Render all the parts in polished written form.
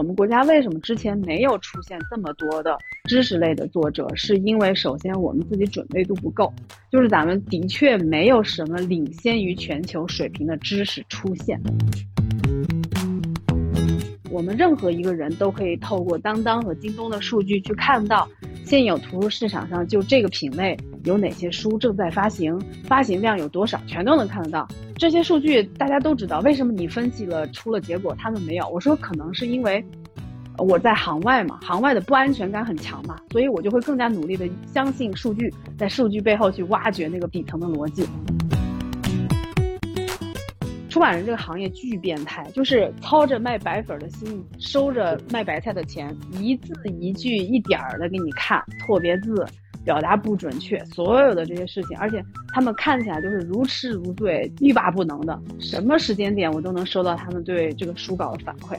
我们国家为什么之前没有出现这么多的知识类的作者，是因为首先我们自己准备度不够，就是咱们的确没有什么领先于全球水平的知识出现。我们任何一个人都可以透过当当和京东的数据去看到现有图书市场上就这个品类有哪些书正在发行，发行量有多少，全都能看得到。这些数据大家都知道，为什么你分析了出了结果他们没有？我说可能是因为我在行外嘛，行外的不安全感很强嘛，所以我就会更加努力的相信数据，在数据背后去挖掘那个底层的逻辑。出版人这个行业巨变态，就是操着卖白粉的心，收着卖白菜的钱，一字一句一点儿的给你看，错别字表达不准确，所有的这些事情，而且他们看起来就是如痴如醉，欲罢不能的，什么时间点我都能收到他们对这个书稿的反馈。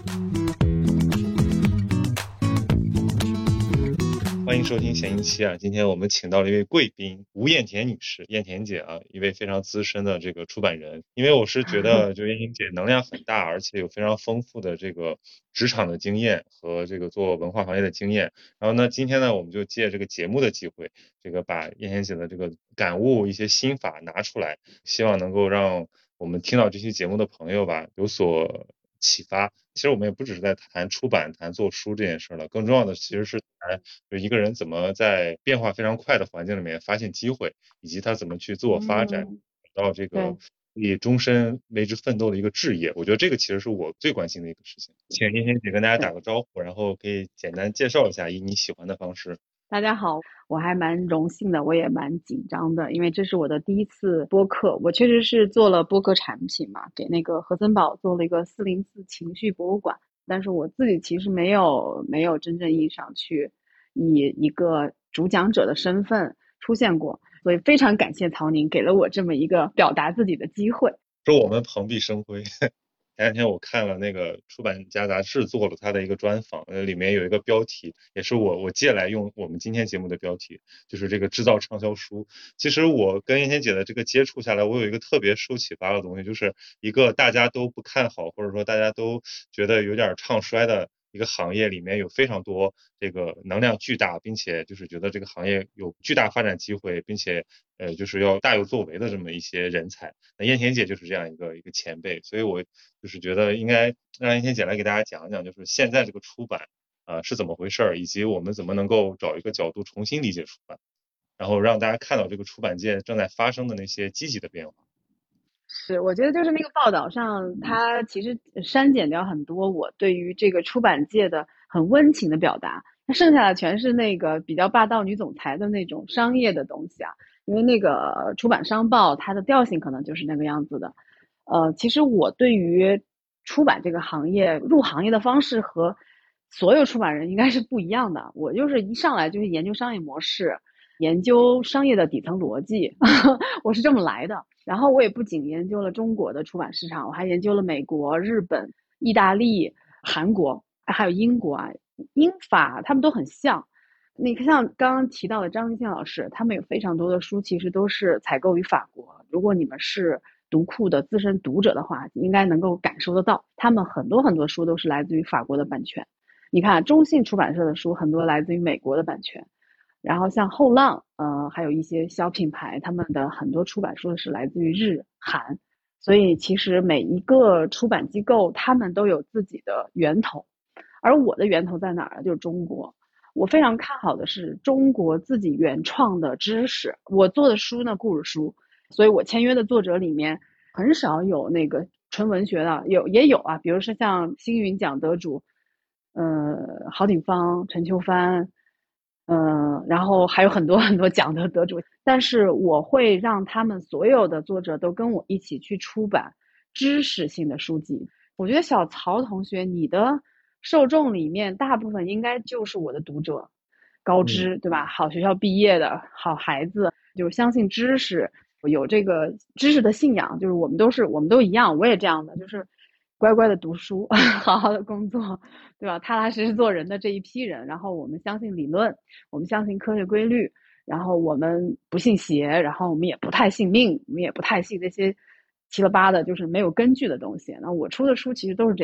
欢迎收听闲音期啊！今天我们请到了一位贵宾吴燕田女士，燕田姐啊，一位非常资深的这个出版人。因为我是觉得，就燕田姐能量很大，而且有非常丰富的这个职场的经验和这个做文化行业的经验。然后呢，今天呢，我们就借这个节目的机会，这个把燕田姐的这个感悟、一些心法拿出来，希望能够让我们听到这期节目的朋友吧有所启发。其实我们也不只是在谈出版、谈做书这件事了，更重要的其实是谈就一个人怎么在变化非常快的环境里面发现机会，以及他怎么去自我发展，找到这个以终身为之奋斗的一个志业。我觉得这个其实是我最关心的一个事情。请燕田姐跟大家打个招呼，然后可以简单介绍一下，以你喜欢的方式。 大家好，我还蛮荣幸的，我也蛮紧张的，因为这是我的第一次播客。我确实是做了播客产品嘛，给那个何森堡做了一个404情绪博物馆，但是我自己其实没有真正意义上去以一个主讲者的身份出现过，所以非常感谢曹宁给了我这么一个表达自己的机会。 说我们蓬荜生辉。前两天我看了那个出版家杂志做了他的一个专访，里面有一个标题，也是我借来用我们今天节目的标题，就是这个制造畅销书。其实我跟燕田姐的这个接触下来，我有一个特别受启发的东西，就是一个大家都不看好，或者说大家都觉得有点唱衰的一个行业里面有非常多这个能量巨大，并且就是觉得这个行业有巨大发展机会，并且就是要大有作为的这么一些人才。那燕田姐就是这样一个前辈，所以我就是觉得应该让燕田姐来给大家讲讲，就是现在这个出版是怎么回事，以及我们怎么能够找一个角度重新理解出版，然后让大家看到这个出版界正在发生的那些积极的变化。 是，我觉得就是那个报道上，它其实删减掉很多我对于这个出版界的很温情的表达，它剩下的全是那个比较霸道女总裁的那种商业的东西啊。因为那个出版商报它的调性可能就是那个样子的。其实我对于出版这个行业入行业的方式和所有出版人应该是不一样的。我就是一上来就是研究商业模式，研究商业的底层逻辑，我是这么来的。然后我也不仅研究了中国的出版市场，我还研究了美国、日本、意大利、韩国，还有英国啊，英法他们都很像。你看，像刚刚提到的张立宪老师，他们有非常多的书，其实都是采购于法国。如果你们是读库的资深读者的话，应该能够感受得到，他们很多很多书都是来自于法国的版权。你看，中信出版社的书很多来自于美国的版权。然后像后浪，还有一些小品牌，他们的很多出版书是来自于日韩，所以其实每一个出版机构，他们都有自己的源头，而我的源头在哪儿？就是中国。我非常看好的是中国自己原创的知识。我做的书呢，故事书，所以我签约的作者里面很少有那个纯文学的，也有啊，比如说像星云奖得主，郝鼎芳、陈秋帆。然后还有很多很多奖的得主，但是我会让他们所有的作者都跟我一起去出版知识性的书籍。我觉得小曹同学，你的受众里面大部分应该就是我的读者，高知，对吧？好学校毕业的好孩子，就是相信知识，有这个知识的信仰，就是我们都一样，我也这样的，就是乖乖的读书，好好的工作，对吧？踏踏实实做人的这一批人。然后我们相信理论，我们相信科学规律，然后我们不信邪，然后我们也不太信命，我们也不太信这些七了八的，就是没有根据的东西。那我出的书其实都是这类。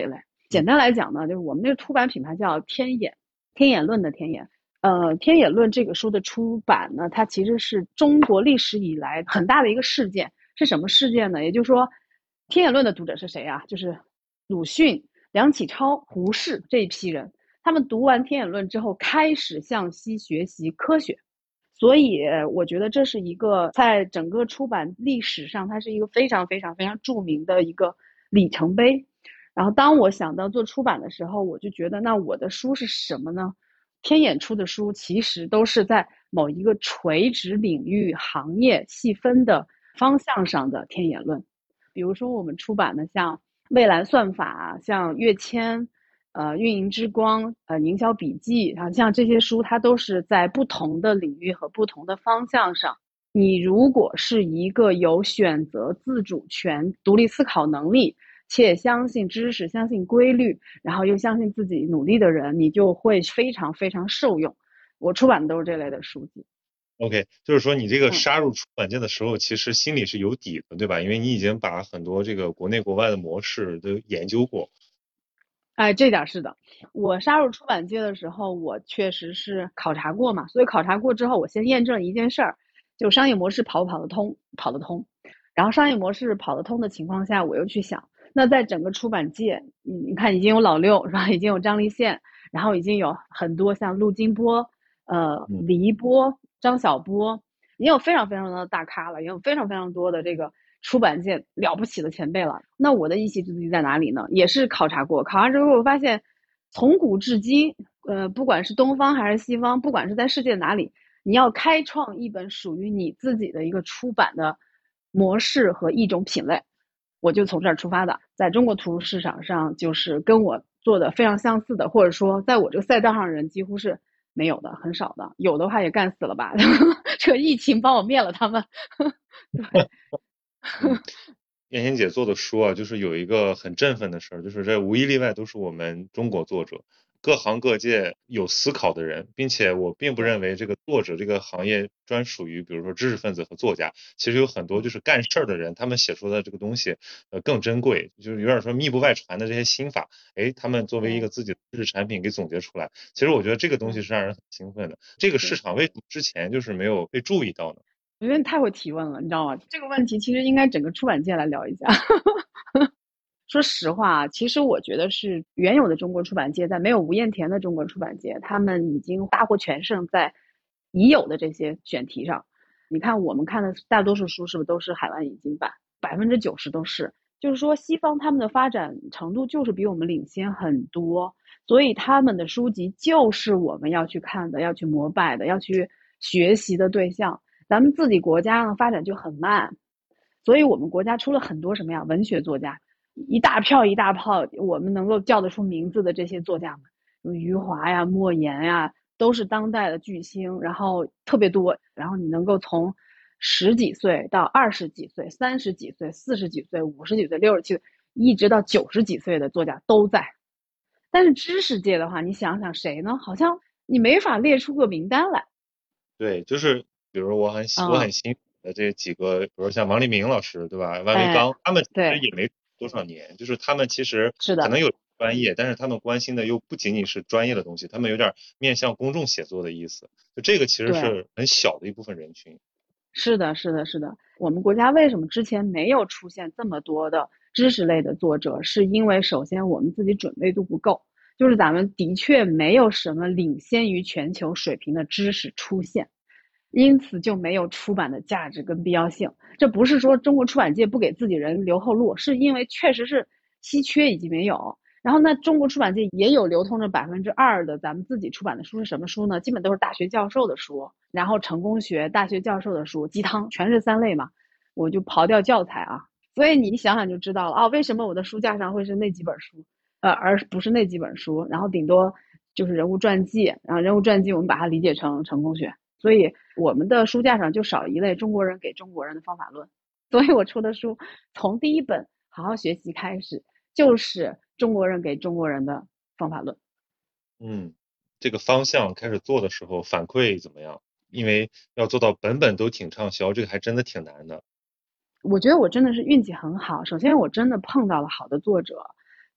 简单来讲呢，就是我们那个出版品牌叫天眼，天眼论的天眼。天眼论这个书的出版呢，它其实是中国历史以来很大的一个事件。是什么事件呢？也就是说，天眼论的读者是谁啊？就是鲁迅、梁启超、胡适这一批人。他们读完天眼论之后，开始向西学习科学。所以我觉得这是一个在整个出版历史上，它是一个非常非常非常著名的一个里程碑。然后当我想到做出版的时候，我就觉得那我的书是什么呢？天眼出的书其实都是在某一个垂直领域行业细分的方向上的天眼论。比如说我们出版的像蔚蓝算法，像跃迁、运营之光、营销笔记啊，像这些书，它都是在不同的领域和不同的方向上。你如果是一个有选择自主权、独立思考能力，且相信知识、相信规律，然后又相信自己努力的人，你就会非常非常受用。我出版的都是这类的书籍。 OK，就是说你这个杀入出版界的时候，其实心里是有底的，对吧？因为你已经把很多这个国内国外的模式都研究过。 哎，这点是的。我杀入出版界的时候，我确实是考察过嘛，所以考察过之后，我先验证一件事儿，就商业模式跑不跑得通，跑得通。然后商业模式跑得通的情况下，我又去想，那在整个出版界，你看已经有老六是吧？已经有张立宪，然后已经有很多像陆金波、黎波、张晓波，已经有非常非常多的大咖了，也有非常非常多的这个出版界了不起的前辈了。那我的一席之地在哪里呢？也是考察过，考察之后我发现，从古至今，不管是东方还是西方，不管是在世界哪里，你要开创一本属于你自己的一个出版的模式和一种品类，我就从这儿出发的。在中国图书市场上，就是跟我做的非常相似的，或者说在我这个赛道上的人几乎是没有的，很少的。有的话也干死了吧，这个疫情帮我灭了他们。对。 燕欣姐做的书啊，就是有一个很振奋的事儿，就是这无一例外都是我们中国作者，各行各业有思考的人，并且我并不认为这个作者这个行业专属于比如说知识分子和作家，其实有很多就是干事儿的人，他们写出的这个东西更珍贵，就是有点说密不外传的这些心法，哎，他们作为一个自己的知识产品给总结出来，其实我觉得这个东西是让人很兴奋的。这个市场为什么之前就是没有被注意到呢？ 因为太会提问了，你知道吗？这个问题其实应该整个出版界来聊一下。说实话，其实我觉得是原有的中国出版界，在没有吴彦田的中国出版界，他们已经大获全胜在已有的这些选题上。你看我们看的大多数书是不是都是海外引进版？90%都是。就是说，西方他们的发展程度就是比我们领先很多，所以他们的书籍就是我们要去看的、要去膜拜的、要去学习的对象。咱们自己国家呢发展就很慢，所以我们国家出了很多什么呀？文学作家，一大票一大票，我们能够叫得出名字的这些作家们，余华呀、莫言呀，都是当代的巨星，然后特别多。然后你能够从十几岁到20几岁、30几岁、40几岁、50几岁、67岁，一直到90几岁的作家都在。但是知识界的话，你想想谁呢？好像你没法列出个名单来。 对，就是比如我很欣赏的这几个，比如像王立明老师，对吧？万维哎， 钢，他们其实对， 也没多少年，就是他们其实是的。 可能有专业，但是他们关心的又不仅仅是专业的东西，他们有点面向公众写作的意思。就这个其实对， 是很小的一部分人群。 是的，是的，是的。我们国家为什么之前没有出现这么多的知识类的作者？是因为首先我们自己准备度不够，就是咱们的确没有什么领先于全球水平的知识出现，因此就没有出版的价值跟必要性。这不是说中国出版界不给自己人留后路，是因为确实是稀缺以及没有。然后呢，中国出版界也有流通着2%的咱们自己出版的书是什么书呢？基本都是大学教授的书，然后成功学大学教授的书，鸡汤全是3类嘛，我就刨掉教材啊。所以你想想就知道了啊，为什么我的书架上会是那几本书，而不是那几本书，然后顶多就是人物传记，然后人物传记我们把它理解成成功学，所以我们的书架上就少一类中国人给中国人的方法论。所以我出的书从第一本好好学习开始，就是中国人给中国人的方法论。 嗯，这个方向开始做的时候反馈怎么样？因为要做到本本都挺畅销，这个还真的挺难的。 我觉得我真的是运气很好。首先，我真的碰到了好的作者，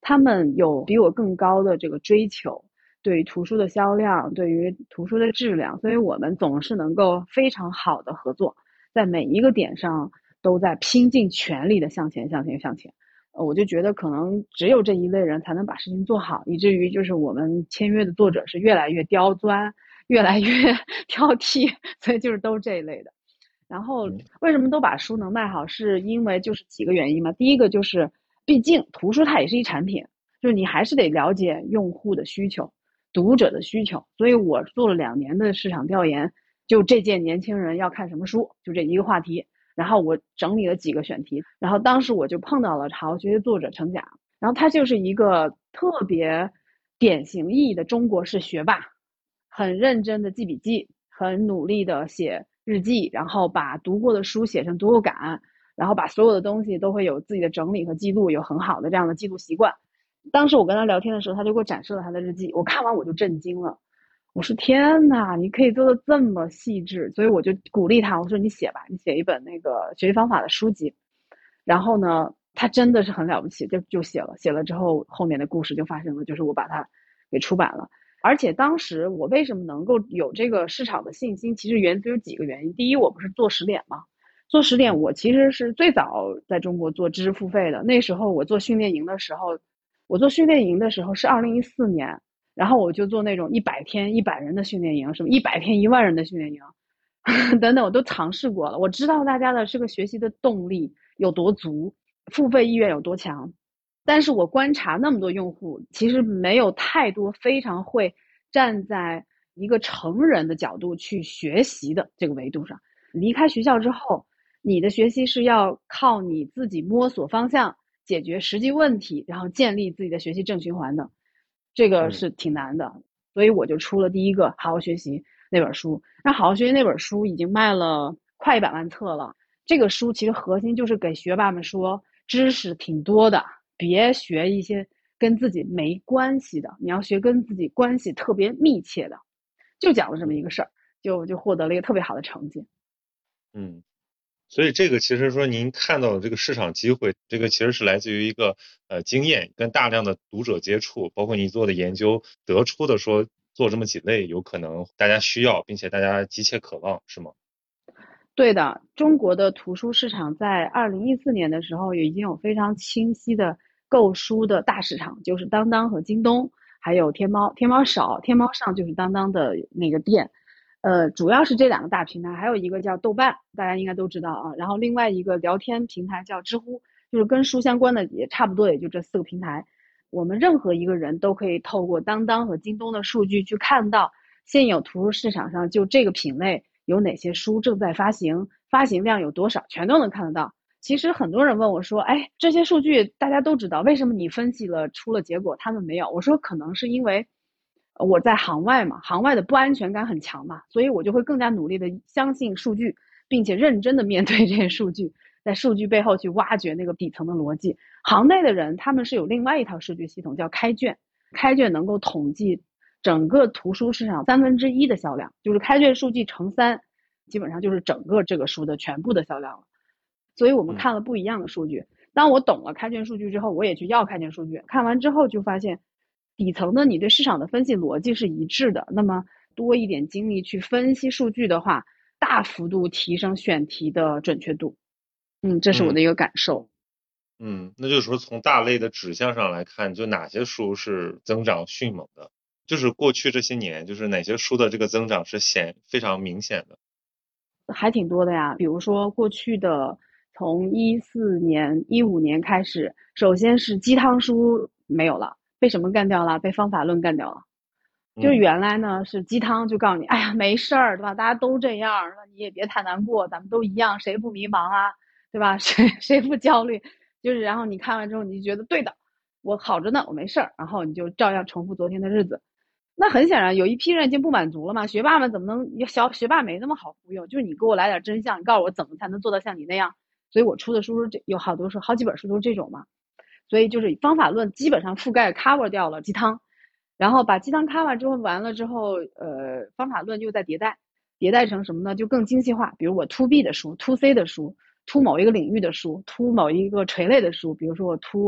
他们有比我更高的这个追求，对于图书的销量，对于图书的质量，所以我们总是能够非常好的合作，在每一个点上都在拼尽全力的向前向前向前。我就觉得可能只有这一类人才能把事情做好，以至于就是我们签约的作者是越来越刁钻，越来越挑剔，所以就是都这一类的。然后为什么都把书能卖好，是因为就是几个原因嘛。第一个就是毕竟图书它也是一产品，就是你还是得了解用户的需求、读者的需求。所以我做了2年的市场调研，就这届年轻人要看什么书，就这一个话题。然后我整理了几个选题，然后当时我就碰到了好好学习作者程甲，然后他就是一个特别典型意义的中国式学霸，很认真的记笔记，很努力的写日记，然后把读过的书写成读后感，然后把所有的东西都会有自己的整理和记录，有很好的这样的记录习惯。当时我跟他聊天的时候，他就给我展示了他的日记，我看完我就震惊了。我说天哪，你可以做的这么细致，所以我就鼓励他，我说你写吧，你写一本那个学习方法的书籍。然后呢，他真的是很了不起，就写了，写了之后后面的故事就发生了，就是我把它给出版了。而且当时我为什么能够有这个市场的信心，其实源自于几个原因。第一，我不是做10点吗？做10点，我其实是最早在中国做知识付费的。那时候我做训练营的时候，我做训练营的时候是2014年，然后我就做那种100天100人的训练营，什么100天1万人的训练营，等等，我都尝试过了。我知道大家的这个学习的动力有多足，付费意愿有多强。但是我观察那么多用户，其实没有太多非常会站在一个成人的角度去学习的这个维度上。离开学校之后，你的学习是要靠你自己摸索方向，解决实际问题，然后建立自己的学习正循环的，这个是挺难的。所以我就出了第一个《好好学习》那本书。那《好好学习》那本书已经卖了快100万册了。这个书其实核心就是给学霸们说，知识挺多的，别学一些跟自己没关系的，你要学跟自己关系特别密切的。就讲了这么一个事儿，就获得了一个特别好的成绩。 所以这个其实说您看到的这个市场机会，这个其实是来自于一个经验跟大量的读者接触，包括你做的研究得出的说做这么几类有可能大家需要，并且大家急切渴望，是吗？ 对的，中国的图书市场在2014年的时候已经有非常清晰的购书的大市场，就是当当和京东，还有天猫。天猫少，天猫上就是当当的那个店。主要是这2个大平台，还有一个叫豆瓣，大家应该都知道啊。然后另外一个聊天平台叫知乎，就是跟书相关的也差不多，也就这4个平台。我们任何一个人都可以透过当当和京东的数据去看到现有图书市场上就这个品类有哪些书正在发行，发行量有多少，全都能看得到。其实很多人问我说，哎，这些数据大家都知道，为什么你分析了出了结果他们没有？我说可能是因为我在行外嘛，行外的不安全感很强嘛，所以我就会更加努力的相信数据，并且认真的面对这些数据，在数据背后去挖掘那个底层的逻辑。行内的人他们是有另外一套数据系统叫开卷，开卷能够统计整个图书市场1/3的销量，就是开卷数据乘3，基本上就是整个这个书的全部的销量了。所以我们看了不一样的数据。当我懂了开卷数据之后，我也去要开卷数据，看完之后就发现底层的你对市场的分析逻辑是一致的，那么多一点精力去分析数据的话，大幅度提升选题的准确度。这是我的一个感受。 那就是说从大类的指向上来看，就哪些书是增长迅猛的，就是过去这些年，就是哪些书的这个增长是非常明显的。 还挺多的呀，比如说过去的从14年、15年开始，首先是鸡汤书没有了，被什么干掉了？被方法论干掉了。就是原来呢是鸡汤，就告诉你，哎呀没事儿，对吧？大家都这样，你也别太难过，咱们都一样，谁不迷茫啊，对吧？谁不焦虑？就是然后你看完之后，你就觉得对的，我好着呢，我没事儿，然后你就照样重复昨天的日子。那很显然，有一批人已经不满足了嘛。学霸们怎么能学霸没那么好忽悠？就是你给我来点真相，你告诉我怎么才能做到像你那样。所以我出的书有好多书，好几本书都是这种嘛。所以就是方法论基本上覆盖 cover 掉了鸡汤，然后把鸡汤 cover 之后完了之后，方法论又在迭代，迭代成什么呢？就更精细化。比如我 to B 的书、to C 的书、to 某一个领域的书、to 某一个垂类的书，比如说我 to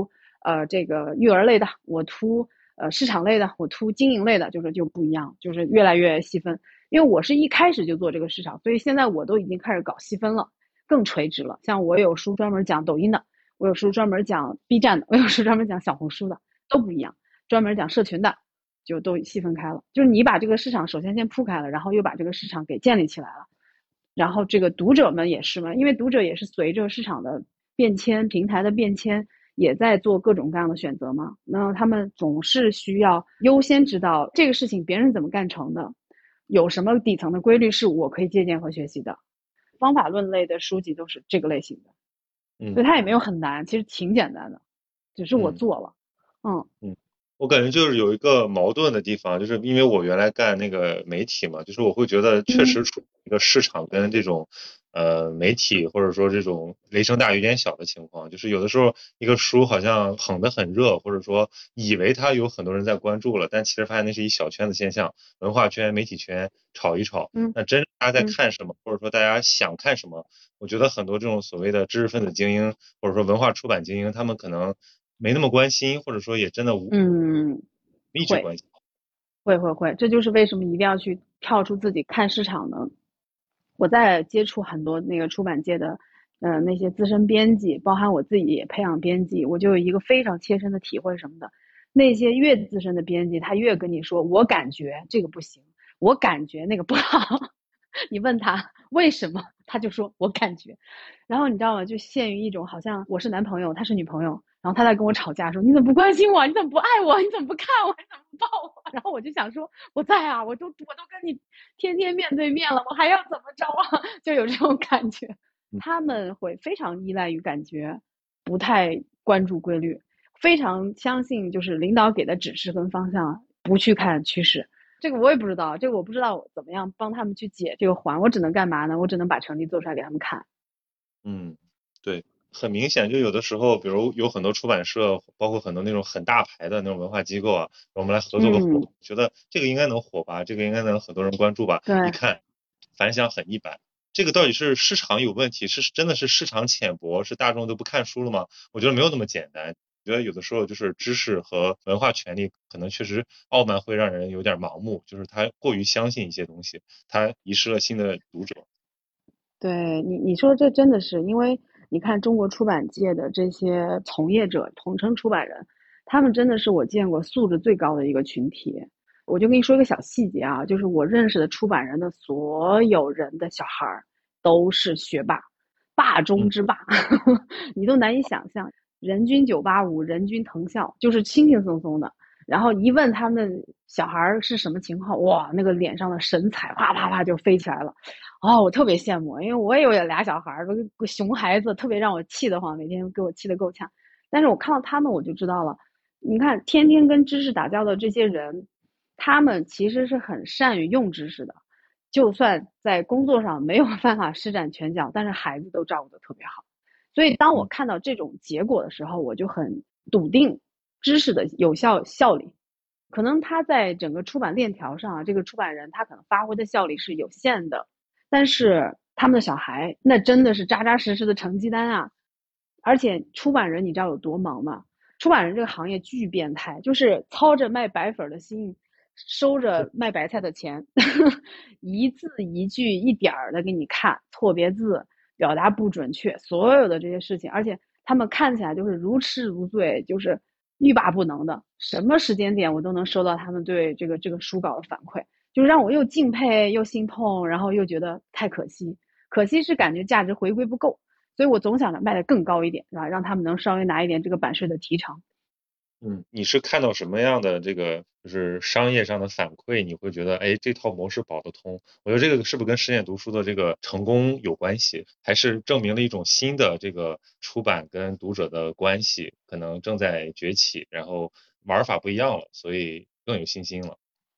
这个育儿类的，我图市场类的，我图经营类的，就不一样，就是越来越细分。因为我是一开始就做这个市场，所以现在我都已经开始搞细分了，更垂直了。像我有书专门讲抖音的，我有书专门讲 B 站的，我有书专门讲小红书的，都不一样。专门讲社群的，就都细分开了。就是你把这个市场首先铺开了，然后又把这个市场给建立起来了。然后这个读者们也是嘛，因为读者也是随着市场的变迁、平台的变迁，也在做各种各样的选择嘛。那他们总是需要优先知道这个事情别人怎么干成的，有什么底层的规律是我可以借鉴和学习的。方法论类的书籍都是这个类型的，所以它也没有很难，其实挺简单的，只是我做了。 我感觉就是有一个矛盾的地方，就是因为我原来干那个媒体嘛，就是我会觉得确实处于一个市场跟这种媒体或者说这种雷声大雨点小的情况，就是有的时候一个书好像捧得很热，或者说以为它有很多人在关注了，但其实发现那是一小圈子现象，文化圈、媒体圈炒一炒，那真大家在看什么，或者说大家想看什么，我觉得很多这种所谓的知识分子精英或者说文化出版精英，他们可能没那么关心，或者说也真的一直关心。 会，这就是为什么一定要去跳出自己看市场呢？我在接触很多那个出版界的，那些资深编辑，包含我自己也培养编辑，我就有一个非常切身的体会什么的。那些越资深的编辑，他越跟你说，我感觉这个不行，我感觉那个不好。你问他为什么，他就说我感觉。然后你知道吗？就陷于一种好像我是男朋友，他是女朋友，然后他在跟我吵架，说你怎么不关心我？你怎么不爱我？你怎么不看我？你怎么不抱我？然后我就想说，我在啊，我都跟你天天面对面了，我还要怎么着啊？就有这种感觉。他们会非常依赖于感觉，不太关注规律，非常相信就是领导给的指示跟方向，不去看趋势。这个我也不知道，这个我不知道怎么样帮他们去解这个环，我只能干嘛呢？我只能把成绩做出来给他们看。 对，很明显，就有的时候，比如有很多出版社，包括很多那种很大牌的那种文化机构啊，我们来合作个活动，觉得这个应该能火吧，这个应该能很多人关注吧，一看反响很一般，这个到底是市场有问题，是真的是市场浅薄，是大众都不看书了吗？我觉得没有那么简单。我觉得有的时候就是知识和文化权利可能确实傲慢会让人有点盲目，就是他过于相信一些东西，他遗失了新的读者。 对你说这真的是，因为你看中国出版界的这些从业者，统称出版人，他们真的是我见过素质最高的一个群体。我就跟你说一个小细节啊，就是我认识的出版人的所有人的小孩都是学霸，霸中之霸，你都难以想象，人均985，人均藤校，就是轻轻松松的。然后一问他们小孩是什么情况，哇，那个脸上的神采啪啪啪就飞起来了。哦，我特别羡慕，因为我也有俩小孩，个熊孩子，特别让我气得慌，每天给我气得够呛。但是我看到他们，我就知道了。你看，天天跟知识打交道的这些人，他们其实是很善于用知识的。就算在工作上没有办法施展拳脚，但是孩子都照顾得特别好。所以当我看到这种结果的时候，我就很笃定知识的有效力。可能他在整个出版链条上啊，这个出版人他可能发挥的效力是有限的，但是他们的小孩那真的是扎扎实实的成绩单啊！而且出版人你知道有多忙吗？出版人这个行业巨变态，就是操着卖白粉的心，收着卖白菜的钱，一字一句一点儿的给你看，错别字、表达不准确，所有的这些事情，而且他们看起来就是如痴如醉，就是欲罢不能的。什么时间点我都能收到他们对这个书稿的反馈，就是让我又敬佩又心痛，然后又觉得太可惜。可惜是感觉价值回归不够，所以我总想着卖得更高一点，是吧？让他们能稍微拿一点这个版税的提成。 你是看到什么样的这个就是商业上的反馈，你会觉得哎这套模式保得通？我觉得这个是不是跟实验读书的这个成功有关系，还是证明了一种新的这个出版跟读者的关系可能正在崛起，然后玩法不一样了，所以更有信心了。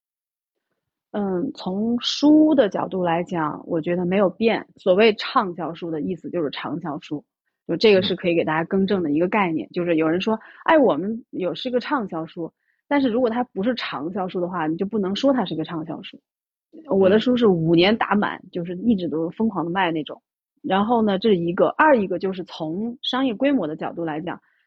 从书的角度来讲，我觉得没有变。所谓畅销书的意思就是长销书，就这个是可以给大家更正的一个概念。就是有人说，哎，我们是个畅销书，但是如果它不是长销书的话，你就不能说它是个畅销书。我的书是5年打满，就是一直都疯狂的卖那种。然后呢，这是一个，二一个就是从商业规模的角度来讲，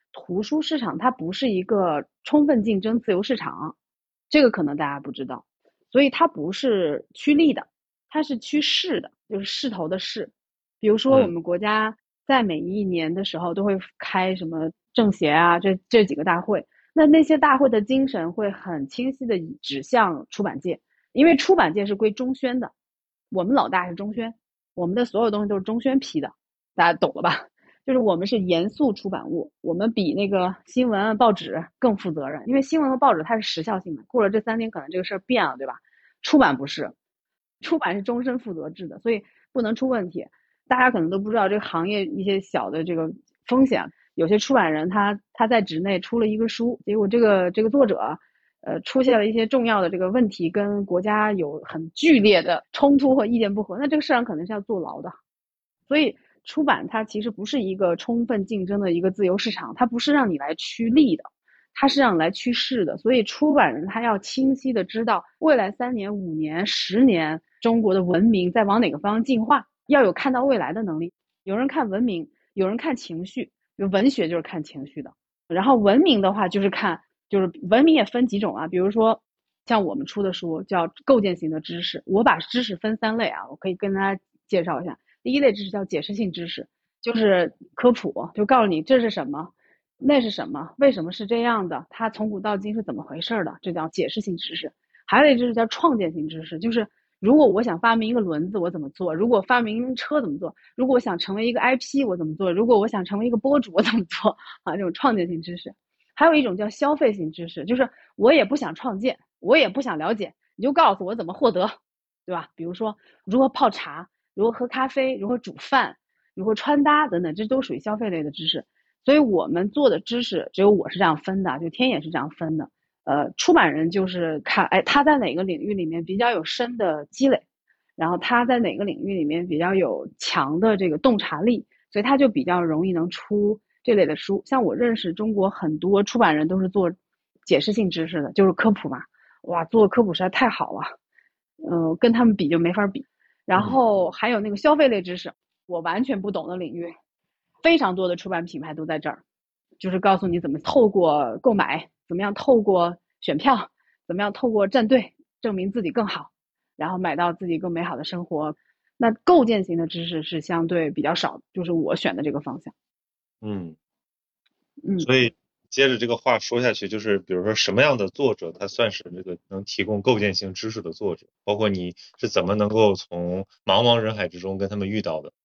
图书市场它不是一个充分竞争自由市场，这个可能大家不知道，所以它不是趋利的，它是趋势的，就是势头的势。比如说我嗯们国家在每一年的时候都会开什么政协啊，这几个大会，那些大会的精神会很清晰的指向出版界，因为出版界是归中宣的，我们老大是中宣，我们的所有东西都是中宣批的，大家懂了吧？就是我们是严肃出版物，我们比那个新闻报纸更负责任，因为新闻和报纸它是时效性的，过了这3天可能这个事儿变了，对吧？出版不是，出版是终身负责制的，所以不能出问题。大家可能都不知道这个行业一些小的这个风险，有些出版人他在职内出了一个书，结果这个作者出现了一些重要的这个问题，跟国家有很剧烈的冲突和意见不合，那这个市场可能是要坐牢的。所以出版它其实不是一个充分竞争的一个自由市场，它不是让你来趋利的，它是让你来趋势的。所以出版人他要清晰的知道未来3年、5年、10年中国的文明在往哪个方向进化，要有看到未来的能力。有人看文明，有人看情绪，文学就是看情绪的。然后文明的话就是文明也分几种啊，比如说像我们出的书叫构建型的知识，我把知识分3类啊，我可以跟大家介绍一下。第一类知识叫解释性知识，就是科普，就告诉你这是什么，那是什么，为什么是这样的，它从古到今是怎么回事的，这叫解释性知识。还有一类知识叫创建性知识，就是如果我想发明一个轮子，我怎么做？如果发明车怎么做？如果我想成为一个 IP，我怎么做？如果我想成为一个博主，我怎么做？啊，这种创建性知识。还有一种叫消费性知识，就是我也不想创建，我也不想了解，你就告诉我怎么获得，对吧？比如说如何泡茶，如何喝咖啡，如何煮饭，如何穿搭等等，这都属于消费类的知识。所以我们做的知识，只有我是这样分的，就天也是这样分的。出版人就是看，哎，他在哪个领域里面比较有深的积累，然后他在哪个领域里面比较有强的这个洞察力，所以他就比较容易能出这类的书。像我认识中国很多出版人都是做解释性知识的，就是科普嘛，哇，做科普实在太好了，跟他们比就没法比。然嗯后还有那个消费类知识，我完全不懂的领域，非常多的出版品牌都在这儿，就是告诉你怎么透过购买，怎么样透过选票，怎么样透过站队证明自己更好，然后买到自己更美好的生活。那构建型的知识是相对比较少，就是我选的这个方向。 嗯。 嗯。 所以接着这个话说下去，就是比如说什么样的作者他算是这个能提供构建性知识的作者，包括你是怎么能够从茫茫人海之中跟他们遇到的？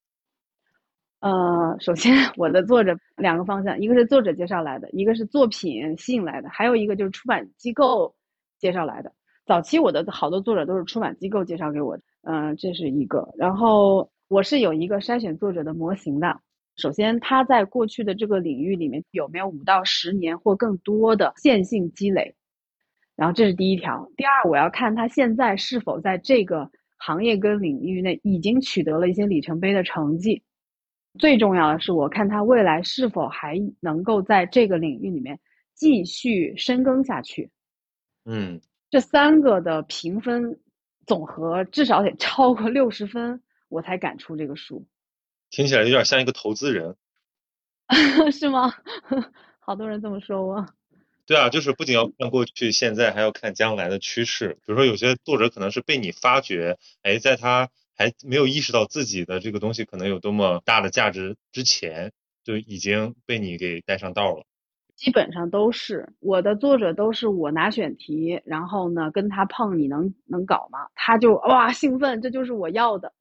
首先我的作者2个方向，一个是作者介绍来的，一个是作品吸引来的，还有一个就是出版机构介绍来的。早期我的好多作者都是出版机构介绍给我的，这是一个。然后我是有一个筛选作者的模型的。首先他在过去的这个领域里面有没有5到10年或更多的线性积累，然后这是第一条。第二，我要看他现在是否在这个行业跟领域内已经取得了一些里程碑的成绩。最重要的是，我看他未来是否还能够在这个领域里面继续深耕下去。 嗯， 这3个的评分总和至少得超过60分，我才敢出这个书。 听起来有点像一个投资人。 是吗？好多人这么说我。 对啊，就是不仅要看过去、现在，还要看将来的趋势。比如说，有些作者可能是被你发掘，哎，在他还没有意识到自己的这个东西可能有多么大的价值之前，就已经被你给带上道了。 基本上都是我的作者，都是我拿选题，然后呢跟他碰，你能搞吗？他就哇兴奋，这就是我要的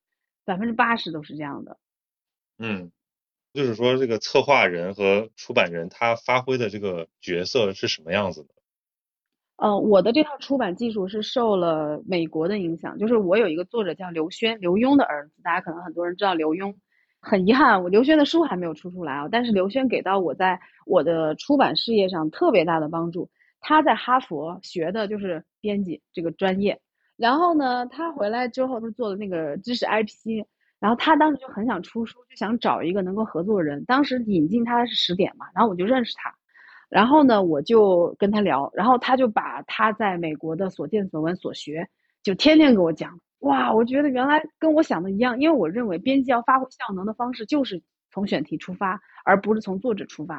，80%都是这样的。 嗯。就是说，这个策划人和出版人他发挥的这个角色是什么样子的？ 我的这套出版技术是受了美国的影响，就是我有一个作者叫刘轩，刘墉的儿子，大家可能很多人知道刘墉。很遗憾，我刘轩的书还没有出来啊，但是刘轩给到我在我的出版事业上特别大的帮助。他在哈佛学的就是编辑这个专业，然后呢，他回来之后他做的那个知识 IP，然后他当时就很想出书，就想找一个能够合作的人。当时引进他是10点嘛，然后我就认识他。然后呢，我就跟他聊，然后他就把他在美国的所见所闻所学，就天天给我讲。哇，我觉得原来跟我想的一样，因为我认为编辑要发挥效能的方式就是从选题出发，而不是从作者出发。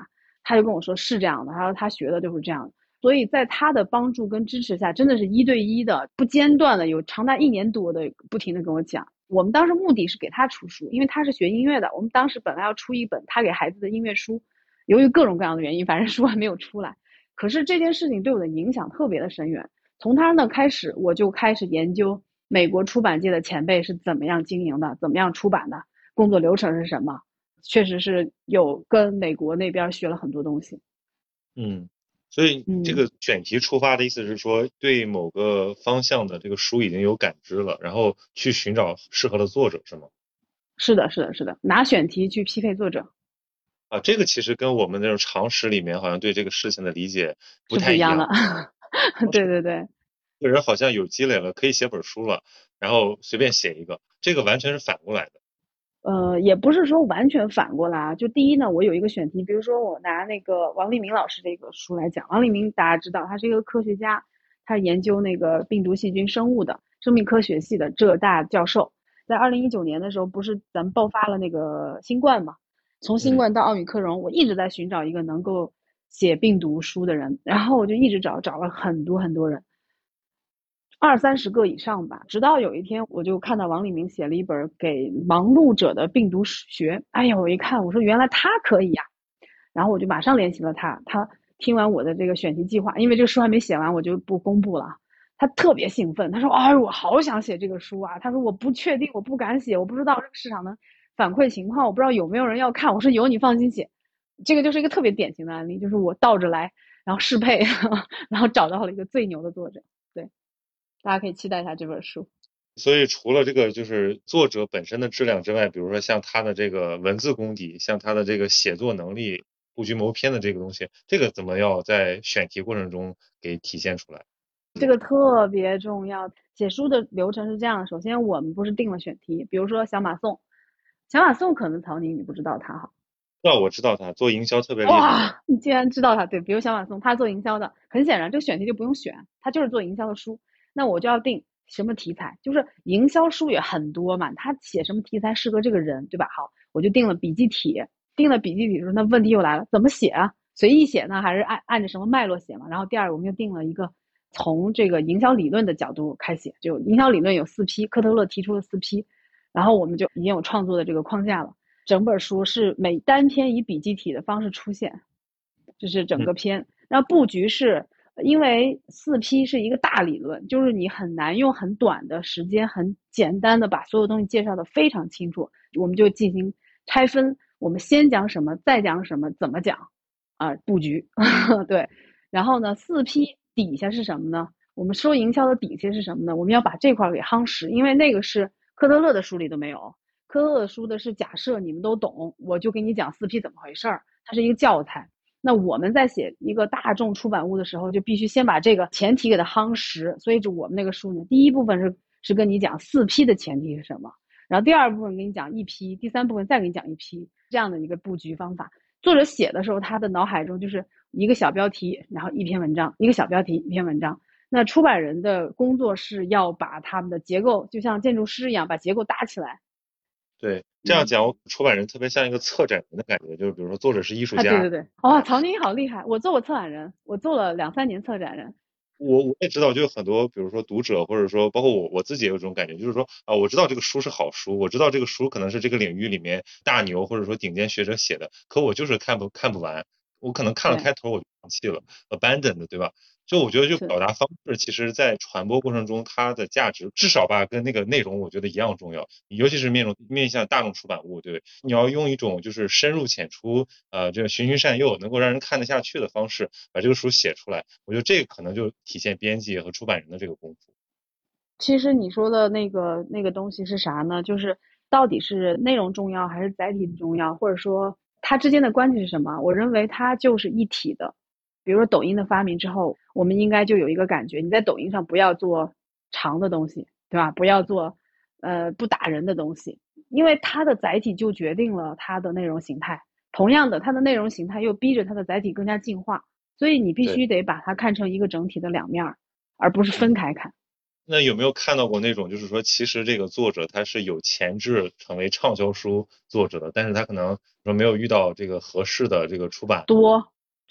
他就跟我说是这样的，他说他学的就是这样的。所以在他的帮助跟支持下，真的是一对一的、不间断的，有长达1年多的不停的跟我讲。我们当时目的是给他出书，因为他是学音乐的，我们当时本来要出一本他给孩子的音乐书，由于各种各样的原因，反正书还没有出来。可是这件事情对我的影响特别的深远，从他那开始，我就开始研究美国出版界的前辈是怎么样经营的，怎么样出版的，工作流程是什么。确实是有跟美国那边学了很多东西。 嗯，所以这个选题出发的意思是说，对某个方向的这个书已经有感知了，然后去寻找适合的作者，是吗？ 是的，是的，是的，拿选题去匹配作者啊，这个其实跟我们那种常识里面好像对这个事情的理解不是不一样的。 太一样。 对对对， 这个人好像有积累了，可以写本书了，然后随便写一个，这个完全是反过来的。 也不是说完全反过来啊。就第一呢，我有一个选题，比如说我拿那个王立明老师这个书来讲，王立明大家知道，他是一个科学家，他是研究那个病毒、细菌、生物的，生命科学系的浙大教授。在2019年的时候，不是咱们爆发了那个新冠嘛？从新冠到奥密克戎，我一直在寻找一个能够写病毒书的人，然后我就一直找，找了很多很多人。20-30个以上吧，直到有一天，我就看到王立明写了一本给忙碌者的病毒学。哎呀，我一看，我说原来他可以呀，然后我就马上联系了他。他听完我的这个选题计划，因为这个书还没写完，我就不公布了。他特别兴奋，他说：“哎，我好想写这个书啊！”他说：“我不确定，我不敢写，我不知道这个市场的反馈情况，我不知道有没有人要看。”我说：“有，你放心写。”这个就是一个特别典型的案例，就是我倒着来，然后适配，然后找到了一个最牛的作者。对。大家可以期待一下这本书。 所以除了这个就是作者本身的质量之外，比如说像他的这个文字功底，像他的这个写作能力、布局谋篇的这个东西，这个怎么要在选题过程中给体现出来？ 这个特别重要。写书的流程是这样的：首先，我们不是定了选题，比如说小马宋，小马宋可能曹宁你不知道他哈。 那我知道他做营销特别厉害的。 哇，你竟然知道他？对，比如小马宋，他做营销的，很显然这个选题就不用选，他就是做营销的书。那我就要定什么题材，就是营销书也很多嘛，他写什么题材适合这个人，对吧？好，我就定了笔记体，定了笔记体的时候，那问题又来了，怎么写啊？随意写呢，还是按着什么脉络写嘛？然后第二，我们就定了一个从这个营销理论的角度开写，就营销理论有4批，科特勒提出了4批，然后我们就已经有创作的这个框架了。整本书是每单篇以笔记体的方式出现，这是整个篇。然后布局是因为4批是一个大理论，就是你很难用很短的时间、很简单的把所有东西介绍的非常清楚，我们就进行拆分，我们先讲什么，再讲什么，怎么讲啊？布局对。然后呢，4批底下是什么呢？我们说营销的底下是什么呢？我们要把这块给夯实，因为那个是科特勒的书里都没有。科特勒书的是假设你们都懂，我就给你讲4批怎么回事儿，它是一个教材。那我们在写一个大众出版物的时候，就必须先把这个前提给它夯实。所以就我们那个书呢，第一部分是跟你讲4批的前提是什么，然后第二部分给你讲1批，第三部分再给你讲1批，这样的一个布局方法。作者写的时候，他的脑海中就是一个小标题，然后一篇文章，一个小标题，一篇文章。那出版人的工作是要把他们的结构，就像建筑师一样，把结构搭起来。 对，这样讲，出版人特别像一个策展人的感觉，就是比如说作者是艺术啊，对家。 对对，哇，曹宁好厉害！我做过策展人，我做了2-3年策展人。 我也知道，就有很多，比如说读者，或者说包括我自己也有这种感觉，就是说啊，我知道这个书是好书，我知道这个书可能是这个领域里面大牛或者说顶尖学者写的，可我就是看不完，我可能看了对， 开头我就放弃了，abandoned，对吧？就我觉得就是。 表达方式，其实在传播过程中，它的价值至少吧，跟那个内容我觉得一样重要，尤其是面向大众出版物，对，你要用一种就是深入浅出，这个循循善诱，能够让人看得下去的方式把这个书写出来，我觉得这个可能就体现编辑和出版人的这个功夫。 其实你说的那个东西是啥呢？就是到底是内容重要还是载体重要，或者说它之间的关系是什么？我认为它就是一体的。比如说抖音的发明之后，我们应该就有一个感觉，你在抖音上不要做长的东西，对吧？不要做不打人的东西，因为它的载体就决定了它的内容形态。同样的，它的内容形态又逼着它的载体更加进化，所以你必对， 须得把它看成一个整体的两面，而不是分开看。 那有没有看到过那种，就是说，其实这个作者他是有潜质成为畅销书作者的，但是他可能说没有遇到这个合适的这个出版多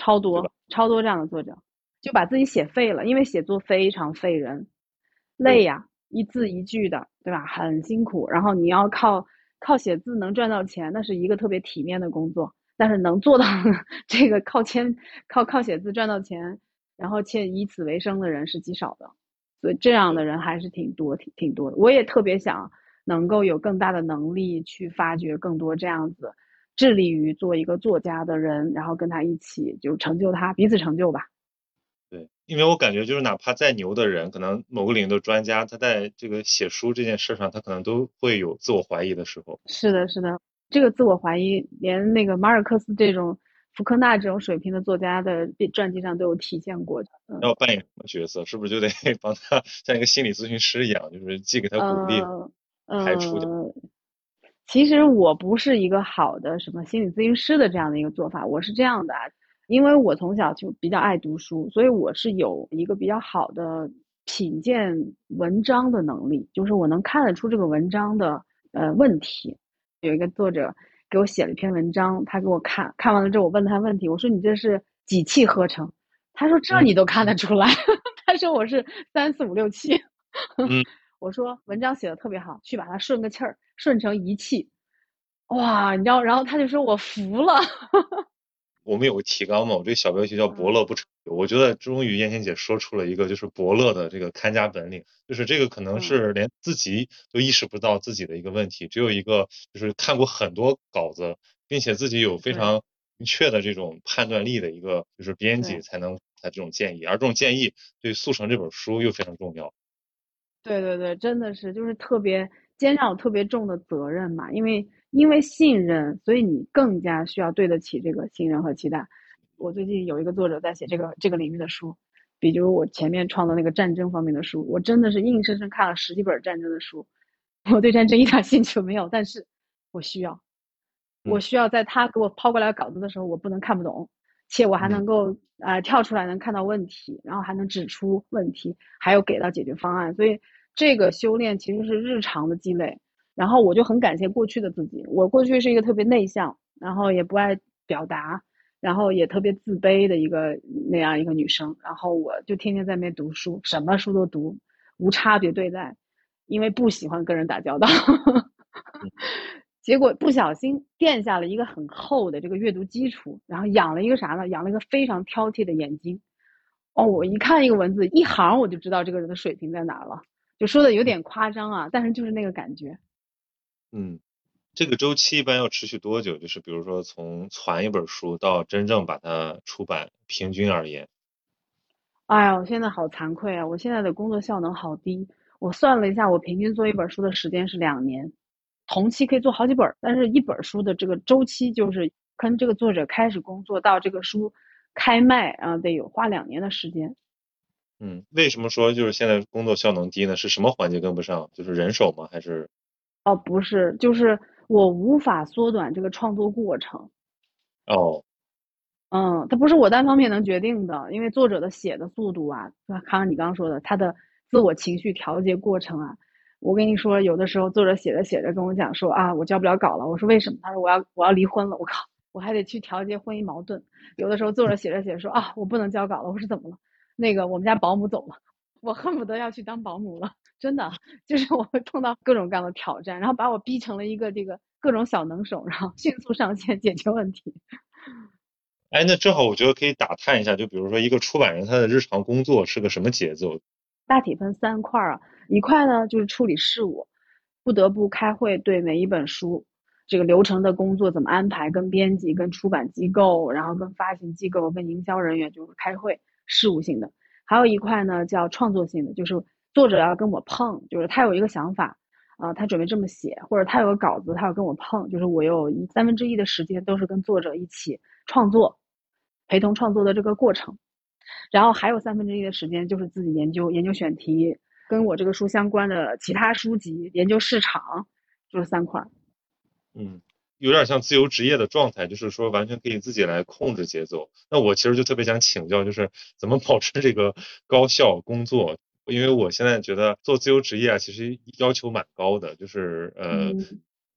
超对吧？ 多超多这样的作者，就把自己写废了，因为写作非常费人，累对， 呀，一字一句的，对吧？很辛苦。然后你要靠写字能赚到钱，那是一个特别体面的工作。但是能做到这个靠写字赚到钱，然后且以此为生的人是极少的。所以这样的对。 人还是挺多的。我也特别想能够有更大的能力去发掘更多这样子致力于做一个作家的人，然后跟他一起就成就他，彼此成就吧。 对，因为我感觉就是哪怕再牛的人，可能某个领域的专家，他在这个写书这件事上，他可能都会有自我怀疑的时候。 是的，是的，这个自我怀疑，连那个马尔克斯这种、福克纳这种水平的作家的传记上都有体现过。 要扮演什么角色，是不是就得帮他像一个心理咨询师一样，就是既给他鼓励， 呃排除掉。 呃，其实我不是一个好的什么心理咨询师的这样的一个做法，我是这样的啊，因为我从小就比较爱读书，所以我是有一个比较好的品鉴文章的能力，就是我能看得出这个文章的问题。有一个作者给我写了一篇文章，他给我看，看完了之后我问他问题，我说你这是几气呵成？他说这嗯你都看得出来，他说我是三四五六七。 嗯， 我说文章写的特别好，去把它顺个气儿，顺成一气。哇，你知道，然后他就说我服了。 我们有个提纲嘛，我这个小标题叫"伯乐不嗯成器"。我觉得终于燕青姐说出了一个就是伯乐的这个看家本领，就是这个可能嗯， 是连自己都意识不到自己的一个问题，只有一个就是看过很多稿子，并且自己有非对常明确的这种判断力的一个就是编辑对才能才这种建议，而这种建议对速成这本书又非常重要。 对对对，真的是就是特别肩上有特别重的责任嘛，因为信任，所以你更加需要对得起这个信任和期待。我最近有一个作者在写这个领域的书，比如我前面创的那个战争方面的书，我真的是硬生生看了十几本战争的书，我对战争一点兴趣都没有，但是我需要。我嗯需要在他给我抛过来稿子的时候，我不能看不懂，且我还嗯能够跳出来能看到问题，然后还能指出问题，还有给到解决方案。所以这个修炼其实是日常的积累。然后我就很感谢过去的自己，我过去是一个特别内向，然后也不爱表达，然后也特别自卑的那样一个女生。然后我就天天在那边读书，什么书都读，无差别对待，因为不喜欢跟人打交道。 嗯。 结果不小心垫下了一个很厚的这个阅读基础，然后养了一个啥呢？养了一个非常挑剔的眼睛。哦，我一看一个文字一行，我就知道这个人的水平在哪了。就说的有点夸张啊，但是就是那个感觉。 嗯，这个周期一般要持续多久？就是比如说从传一本书到真正把它出版，平均而言。 哎呀，我现在好惭愧啊！我现在的工作效能好低。我算了一下，我平均做一本书的时间是2年，同期可以做好几本，但是一本书的这个周期就是跟这个作者开始工作到这个书开卖啊，得有花2年的时间。 嗯，为什么说就是现在工作效能低呢？是什么环节跟不上？就是人手吗？还是？ 哦，不是，就是我无法缩短这个创作过程。 哦， 它不是我单方面能决定的，因为作者的写的速度啊，康你刚刚说的，他的自我情绪调节过程啊，我跟你说，有的时候作者写着写着跟我讲说啊，我交不了稿了，我说为什么？他说我要离婚了，我靠，我还得去调节婚姻矛盾。有的时候作者写着写着说啊，我不能交稿了，我说怎么了？那个我们家保姆走了，我恨不得要去当保姆了，真的，就是我会碰到各种各样的挑战，然后把我逼成了一个这个各种小能手，然后迅速上线解决问题。 哎，那正好我觉得可以打探一下，就比如说一个出版人他的日常工作是个什么节奏？ 大体分3块啊，一块呢就是处理事务，不得不开会，对每一本书这个流程的工作怎么安排，跟编辑、跟出版机构，然后跟发行机构、跟营销人员就是开会，事务性的。还有一块呢叫创作性的，就是作者要跟我碰，就是他有一个想法他准备这么写，或者他有个稿子，他要跟我碰，就是我有1/3的时间都是跟作者一起创作，陪同创作的这个过程。然后还有1/3的时间就是自己研究选题，跟我这个书相关的其他书籍，研究市场，就是3块。 嗯，有点像自由职业的状态，就是说完全可以自己来控制节奏。那我其实就特别想请教，就是怎么保持这个高效工作？因为我现在觉得做自由职业啊，其实要求蛮高的，就是嗯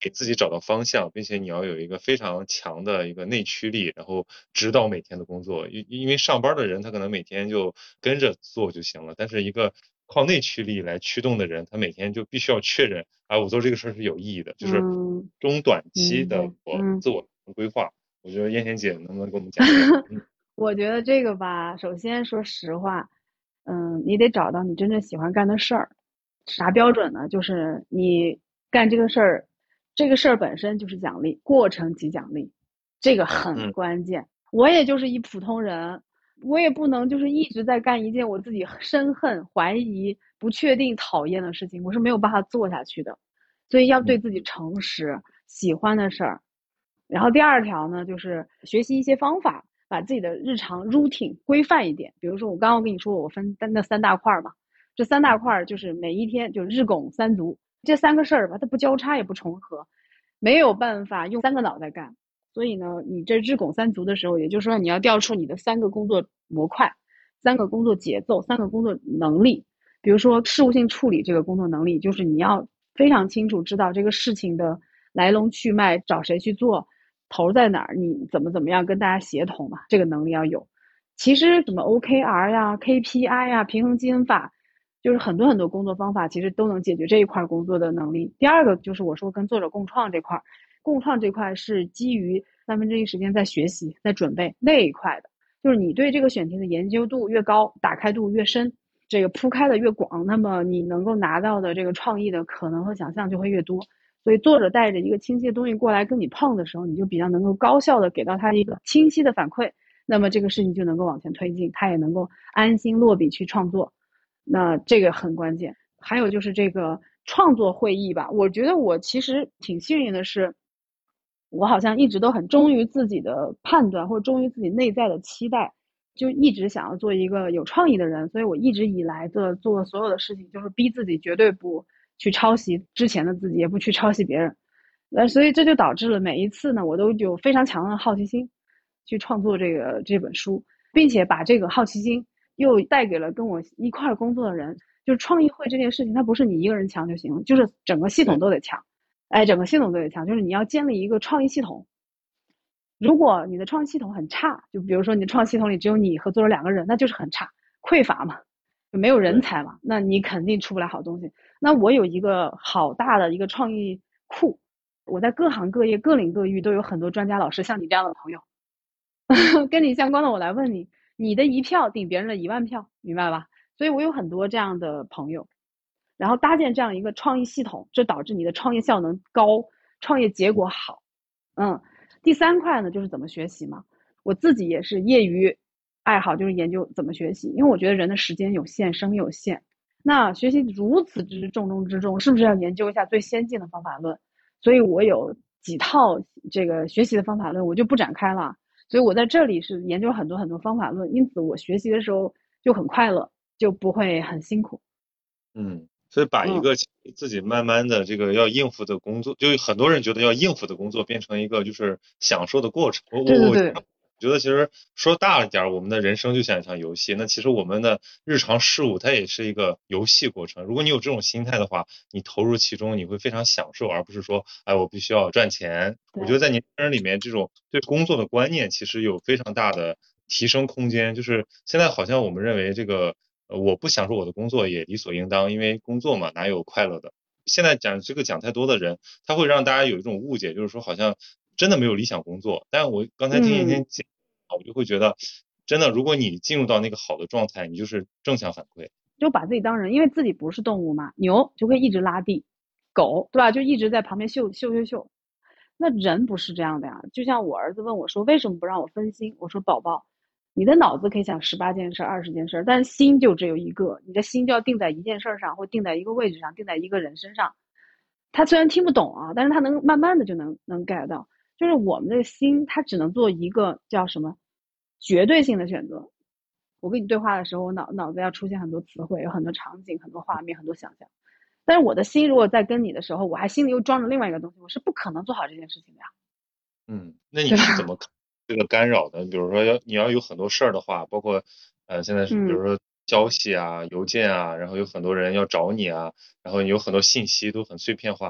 给自己找到方向，并且你要有一个非常强的一个内驱力，然后指导每天的工作。因为上班的人他可能每天就跟着做就行了，但是一个靠内驱力来驱动的人，他每天就必须要确认，啊，我做这个事儿是有意义的，就是嗯， 中短期明白， 的嗯。 自我规划。我觉得燕田姐能不能给我们讲讲？ 我觉得这个吧，首先说实话，你得找到你真正喜欢干的事儿。啥标准呢？就是你干这个事儿，这个事儿本身就是奖励，过程即奖励，这个很嗯关键。我也就是一普通人，我也不能就是一直在干一件我自己深恨、怀疑、不确定、讨厌的事情，我是没有办法做下去的。所以要对嗯自己诚实，喜欢的事儿。然后第二条呢，就是学习一些方法，把自己的日常 routine 规范一点。比如说我刚刚跟你说，我分那三大块嘛，这三大块就是每一天就日拱三卒，这三个事儿吧，它不交叉也不重合，没有办法用三个脑袋干。所以呢，你这日拱三卒的时候，也就是说你要调出你的三个工作模块、三个工作节奏、三个工作能力。比如说事务性处理这个工作能力，就是你要非常清楚知道这个事情的来龙去脉，找谁去做，头在哪儿，你怎么样跟大家协同嘛，这个能力要有。其实什么 OKR 呀、KPI 呀、平衡积分法，就是很多很多工作方法，其实都能解决这一块工作的能力。第二个就是我说跟作者共创这块，共创这块是基于1/3时间在学习、在准备那一块的，就是你对这个选题的研究度越高，打开度越深，这个铺开的越广，那么你能够拿到的这个创意的可能和想象就会越多。所以作者带着一个清晰的东西过来跟你碰的时候，你就比较能够高效的给到他一个清晰的反馈，那么这个事情就能够往前推进，他也能够安心落笔去创作。那这个很关键。还有就是这个创作会议吧，我觉得我其实挺幸运的是，我好像一直都很忠于自己的判断，或者忠于自己内在的期待，就一直想要做一个有创意的人，所以我一直以来的做所有的事情，就是逼自己绝对不去抄袭之前的自己，也不去抄袭别人。所以这就导致了每一次呢，我都有非常强的好奇心去创作这本书，并且把这个好奇心又带给了跟我一块工作的人。就是创意会这件事情，它不是你一个人强就行了，就是整个系统对， 都得强。哎，整个系统都得强，就是你要建立一个创意系统。如果你的创意系统很差，就比如说你的创意系统里只有你和作者两个人，那就是很差，匮乏嘛，就没有人对， 才嘛，那你肯定出不来好东西。那我有一个好大的一个创意库，我在各行各业、各领各域都有很多专家老师，像你这样的朋友，跟你相关的，我来问你，你的一票顶别人的10000票，明白吧？所以我有很多这样的朋友，然后搭建这样一个创意系统，这导致你的创业效能高，创业结果好。嗯，第三块呢就是怎么学习嘛。我自己也是业余爱好，就是研究怎么学习，因为我觉得人的时间有限，生命有限。那学习如此之重中之重，是不是要研究一下最先进的方法论？所以我有几套这个学习的方法论，我就不展开了。所以我在这里是研究很多很多方法论，因此我学习的时候就很快乐，就不会很辛苦。 所以把一嗯， 个自己慢慢的这个要应付的工作，就很多人觉得要应付的工作变成一个就是享受的过程。我对对对， 觉得其实说大了点儿，我们的人生就像一场游戏。那其实我们的日常事务它也是一个游戏过程。如果你有这种心态的话，你投入其中，你会非常享受，而不是说，哎，我必须要赚钱。我觉对， 得在年轻人里面，这种对工作的观念其实有非常大的提升空间。就是现在好像我们认为这个，我不享受我的工作也理所应当，因为工作嘛，哪有快乐的？现在讲这个讲太多的人，他会让大家有一种误解，就是说好像真的没有理想工作。但我刚才听一嗯， 天讲，我就会觉得，真的，如果你进入到那个好的状态，你就是正向反馈。 就把自己当人，因为自己不是动物嘛，牛就可以一直拉地，狗对吧，就一直在旁边嗅。那人不是这样的呀，就像我儿子问我说，为什么不让我分心？我说宝宝，你的脑子可以想18件事、20件事，但是心就只有一个，你的心就要定在一件事上，或定在一个位置上，定在一个人身上。他虽然听不懂啊，但是他能慢慢的就能 get 到，就是我们的心，它只能做一个叫什么绝对性的选择。我跟你对话的时候，我脑子要出现很多词汇，有很多场景、很多画面、很多想象。但是我的心如果在跟你的时候，我还心里又装着另外一个东西，我是不可能做好这件事情的呀， 那你对吧？ 是怎么看这个干扰的？比如说你要有很多事儿的话，包括现在是比如嗯， 说消息啊、邮件啊，然后有很多人要找你啊，然后有很多信息都很碎片化。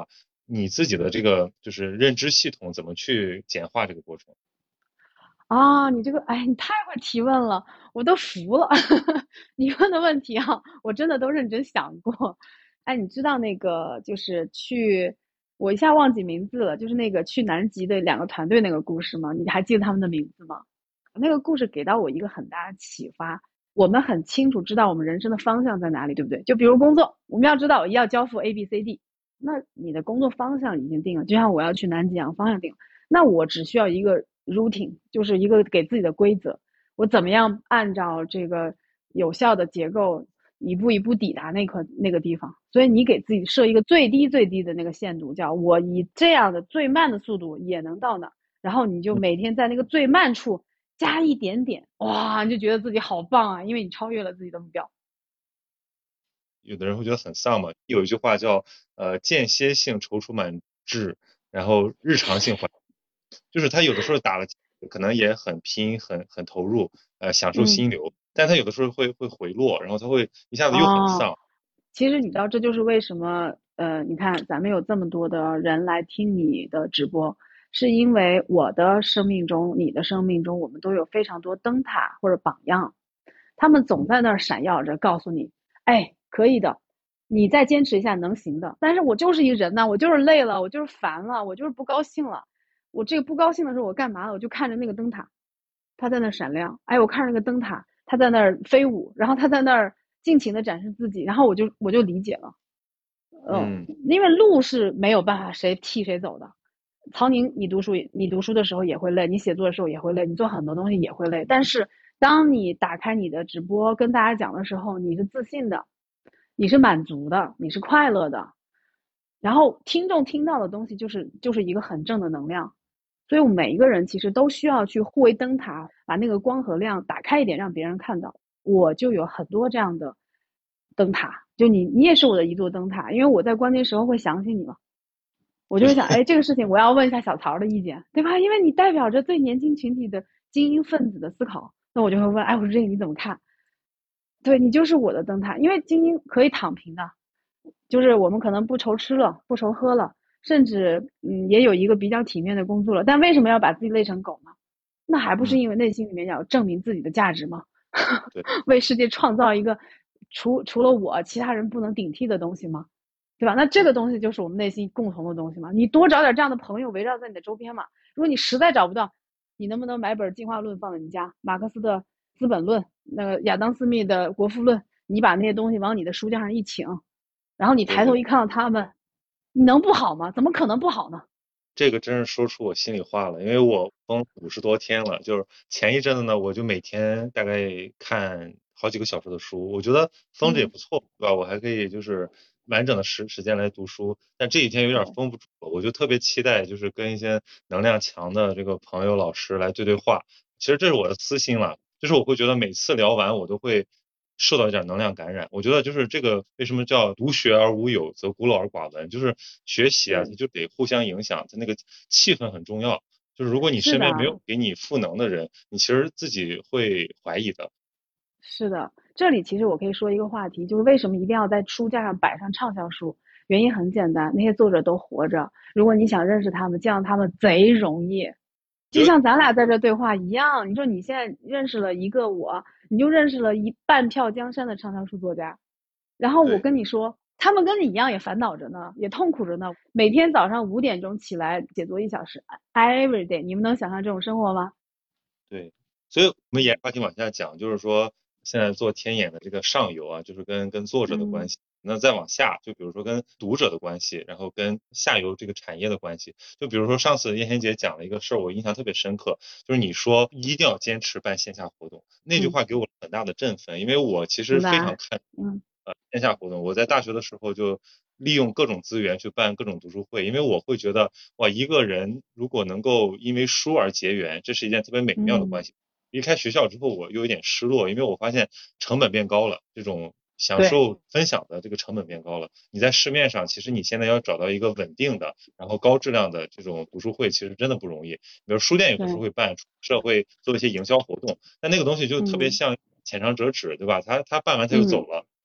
你自己的这个就是认知系统怎么去简化这个过程？ 啊，你这个，哎，你太会提问了，我都服了。你问的问题啊，我真的都认真想过。哎，你知道那个就是去，我一下忘记名字了，就是那个去南极的两个团队那个故事吗？你还记得他们的名字吗？那个故事给到我一个很大的启发。我们很清楚知道我们人生的方向在哪里，对不对？就比如工作，我们要知道要交付 ABCD，那你的工作方向已经定了，就像我要去南极一样，方向定了。那我只需要一个 routine，就是一个给自己的规则，我怎么样按照这个有效的结构一步一步抵达那个地方。所以你给自己设一个最低最低的那个限度，叫我以这样的最慢的速度也能到那，然后你就每天在那个最慢处加一点点，哇，你就觉得自己好棒啊，因为你超越了自己的目标。 有的人会觉得很丧嘛。有一句话叫间歇性踌躇满志，然后日常性缓，就是他有的时候打了可能也很拼，很投入，享受嗯。 心流，但他有的时候会回落，然后他会一下子又很哦， 丧。 其实你知道，这就是为什么你看咱们有这么多的人来听你的直播，是因为我的生命中、你的生命中，我们都有非常多灯塔或者榜样，他们总在那儿闪耀着，告诉你，哎，可以的，你再坚持一下，能行的。但是我就是一个人呐，我就是累了，我就是烦了，我就是不高兴了。我这个不高兴的时候，我干嘛了？我就看着那个灯塔，它在那儿闪亮。哎，我看着那个灯塔，它在那儿飞舞，然后它在那儿尽情的展示自己，然后我就理解了。 嗯， 因为路是没有办法谁替谁走的。曹宁，你读书的时候也会累，你写作的时候也会累，你做很多东西也会累。但是当你打开你的直播跟大家讲的时候，你是自信的，你是满足的，你是快乐的。然后听众听到的东西就是一个很正的能量。所以我们每一个人其实都需要去互为灯塔，把那个光和亮打开一点，让别人看到。我就有很多这样的灯塔，就你也是我的一座灯塔，因为我在关键时候会想起你嘛。我就会想，哎，这个事情我要问一下小曹的意见，对吧？因为你代表着最年轻群体的精英分子的思考，那我就会问，哎，我说这个你怎么看？对，你就是我的灯塔，因为精英可以躺平的，就是我们可能不愁吃了，不愁喝了，甚至也有一个比较体面的工作了，但为什么要把自己累成狗呢？那还不是嗯， 因为内心里面要证明自己的价值吗？ 对为世界创造一个除了我其他人不能顶替的东西吗？对吧？那这对个东西就是我们内心共同的东西嘛。你多找点这样的朋友围绕在你的周边嘛。如果你实在找不到，你能不能买本进化论放在你家？马克思的《资本论》，那个亚当斯密的《国富论》，你把那些东西往你的书架上一请，然后你对对。 抬头一看到他们，你能不好吗？怎么可能不好呢？ 这个真是说出我心里话了，因为我封50多天了，就是前一阵子呢，我就每天大概看好几个小时的书，我觉得封着也嗯， 不错，对吧？我还可以就是完整的时间来读书，但这几天有点对， 封不住了，我就特别期待就是跟一些能量强的这个朋友老师来对对话，其实这是我的私心了，就是我会觉得每次聊完我都会受到一点能量感染。我觉得就是这个为什么叫独学而无友，则孤陋而寡闻，就是学习啊，它是就得互相影响，它那个气氛很重要。就是如果你是的， 身边没有给你赋能的人，你其实自己会怀疑的。 是的，这里其实我可以说一个话题，就是为什么一定要在书架上摆上畅销书？原因很简单，那些作者都活着。如果你想认识他们，见到他们贼容易，就觉得像咱俩在这对话一样。你说你现在认识了一个我，你就认识了一半票江山的畅销书作家。然后我对。 跟你说，他们跟你一样也烦恼着呢，也痛苦着呢。每天早上5点钟起来写作1小时，every day，你们能想象这种生活吗？ 对，所以我们沿话题往下讲，就是说现在做天眼的这个上游啊，就是跟作者的关嗯系。那再往下，就比如说跟读者的关系，然后跟下游这个产业的关系。就比如说上次燕贤姐讲了一个事儿，我印象特别深刻，就是你说一定要坚持办线下活动，那句嗯， 话给我很大的振奋，因为我其实湖南， 非常看嗯线下活动。我在大学的时候就利用各种资源去办各种读书会，因为我会觉得哇，一个人如果能够因为书而结缘，这是一件特别美妙的关嗯， 系。离开学校之后，我有一点失落，因为我发现成本变高了，这种享对受分享的这个成本变高了。你在市面上，其实你现在要找到一个稳定的，然后高质量的这种读书会，其实真的不容易。比如书店有的时候对， 会办，社会做一些营销活动，但那个东西就特别嗯像浅尝辄止，对吧？他办完他就走嗯。 了。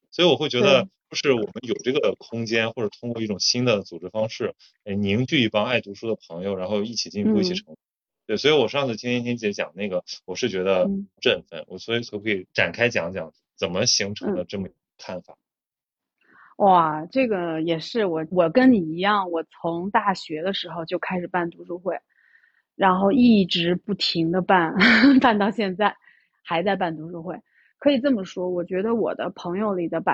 所以我会觉得， 对， 就是我们有这个空间，或者通过一种新的组织方式，凝聚一帮爱读书的朋友，然后一起进步，一起嗯成长。对，所以我上次听燕婷姐讲那个，我是觉得嗯振奋，所以可不可以展开讲讲怎么形成嗯。 的这么一个看法？ 哇，这个也是我跟你一样，我从大学的时候就开始办读书会，然后一直不停的办，办到现在，还在办读书会。可以这么说，我觉得我的朋友里的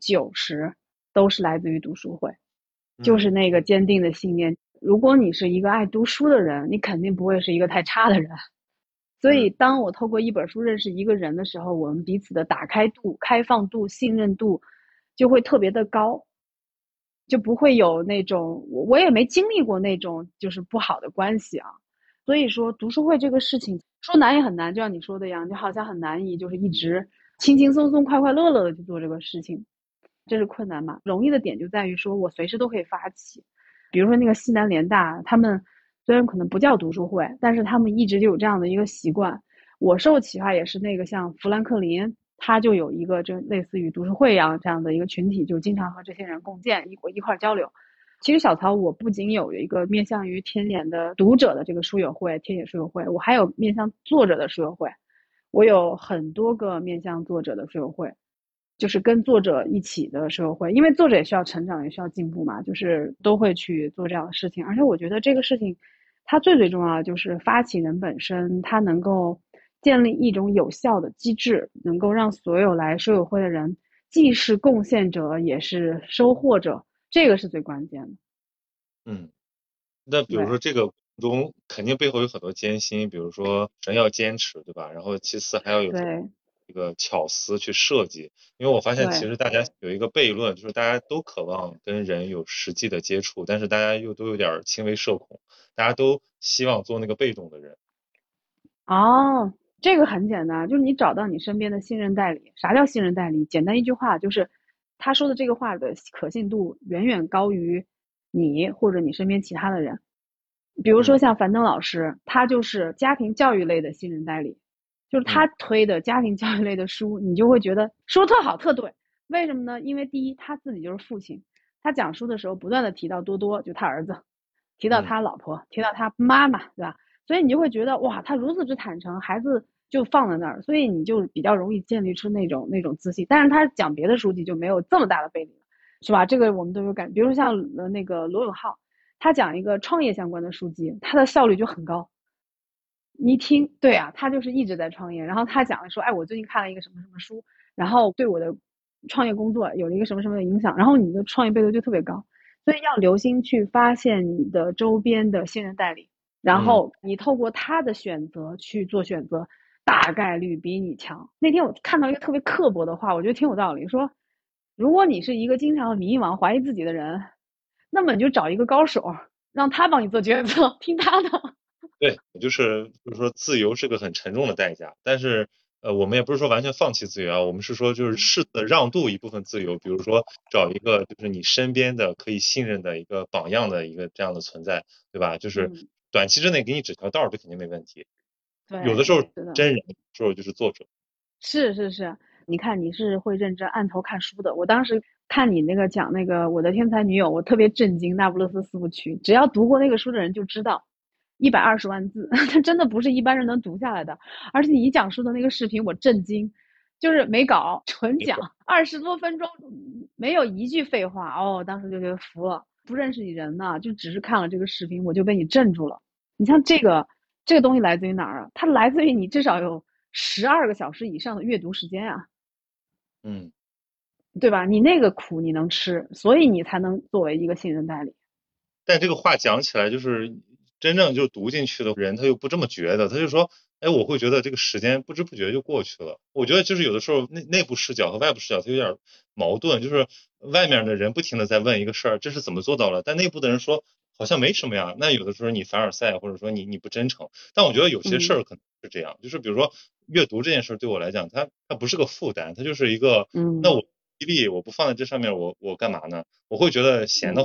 90%都是来自于读书会，就是嗯那个坚定的信念。如果你是一个爱读书的人，你肯定不会是一个太差的人。所以， 嗯当我透过一本书认识一个人的时候，我们彼此的打开度、开放度、信任度就会特别的高，就不会有那种我也没经历过那种就是不好的关系啊。所以说，读书会这个事情说难也很难，就像你说的一样，就好像很难以就是一直轻轻松松、快快乐乐的去做这个事情，这是困难嘛？容易的点就在于说我随时都可以发起，比如说那个西南联大，他们虽然可能不叫读书会，但是他们一直就有这样的一个习惯。我受启发也是那个像富兰克林，他就有一个就类似于读书会一样这样的一个群体，就经常和这些人共建一块交流。其实小曹，我不仅有一个面向于天眼的读者的这个书友会，天野书友会，我还有面向作者的书友会，我有很多个面向作者的书友会，就是跟作者一起的书友会，因为作者也需要成长，也需要进步嘛，就是都会去做这样的事情。而且我觉得这个事情，它最重要的就是发起人本身，他能够建立一种有效的机制，能够让所有来书友会的人既是贡献者，也是收获者，这个是最关键的。 嗯。那比如对说这个中肯定背后有很多艰辛，比如说人要坚持，对吧？然后其次还要有对这个巧思去设计，因为我发现其对， 实大家有一个悖论，就是大家都渴望跟人有实际的接触，但是大家又都有点儿轻微社恐，大家都希望做那个被动的人。 哦，这个很简单，就是你找到你身边的信任代理。啥叫信任代理？简单一句话就是，他说的这个话的可信度远远高于你或者你身边其他的人。比如说嗯像樊登老师，他就是家庭教育类的信任代理，就是他嗯推的家庭教育类的书，你就会觉得说特好特对。为什么呢？因为第一，他自己就是父亲，他讲书的时候不断的提到多多，就他儿子，提到嗯他老婆，提到他妈妈，对吧？所以你就会觉得哇，他如此之坦诚，孩子就放在那儿，所以你就比较容易建立出那种自信。但是他讲别的书籍就没有这么大的魅力，是吧？这个我们都有感，比如说像那个罗永浩，他讲一个创业相关的书籍，他的效率就很高。你一听，对啊，他就是一直在创业。然后他讲的说，哎，我最近看了一个什么什么书，然后对我的创业工作有了一个什么什么的影响，然后你的创业倍率就特别高。所以要留心去发现你的周边的信任代理，然嗯。 后你透过他的选择去做选择，大概率比你强。那天我看到一个特别刻薄的话，我觉得挺有道理，说如果你是一个经常迷茫、怀疑自己的人，那么你就找一个高手，让他帮你做决策，听他的。 对，就是说自由是个很沉重的代价，但是我们也不是说完全放弃自由啊，我们是说就是适度的让渡一部分自由，比如说找一个就是你身边的可以信任的一个榜样的一个这样的存在，对吧？就是嗯， 短期之内给你指条道儿，这肯定没问题。有的时对， 候是的。 真人，有的时候就是作者。 是是是，你看你是会认真按头看书的。我当时看你那个讲那个《我的天才女友》，我特别震惊。那不勒斯四部曲，只要读过那个书的人就知道，120万字，它真的不是一般人能读下来的。而且你讲述的那个视频，我震惊，就是没稿，纯讲，20多分钟，没有一句废话。哦，当时就觉得服了。不认识你人呢，就只是看了这个视频，我就被你镇住了。你像这个东西来自于哪儿啊？它来自于你至少有12个小时以上的阅读时间啊， 嗯。 对吧？你那个苦你能吃，所以你才能作为一个信任代理。 但这个话讲起来，就是真正就读进去的人，他又不这么觉得，他就说，哎，我会觉得这个时间不知不觉就过去了。我觉得就是有的时候内部视角和外部视角它有点矛盾，就是外面的人不停的在问一个事儿，这是怎么做到了，但内部的人说好像没什么呀。那有的时候你凡尔赛，或者说你不真诚。但我觉得有些事嗯儿可能是这样，就是比如说阅读这件事儿对我来讲，它不是个负担，它就是一个，那嗯我毅力我不放在这上面，我干嘛呢？我会觉得闲得嗯慌。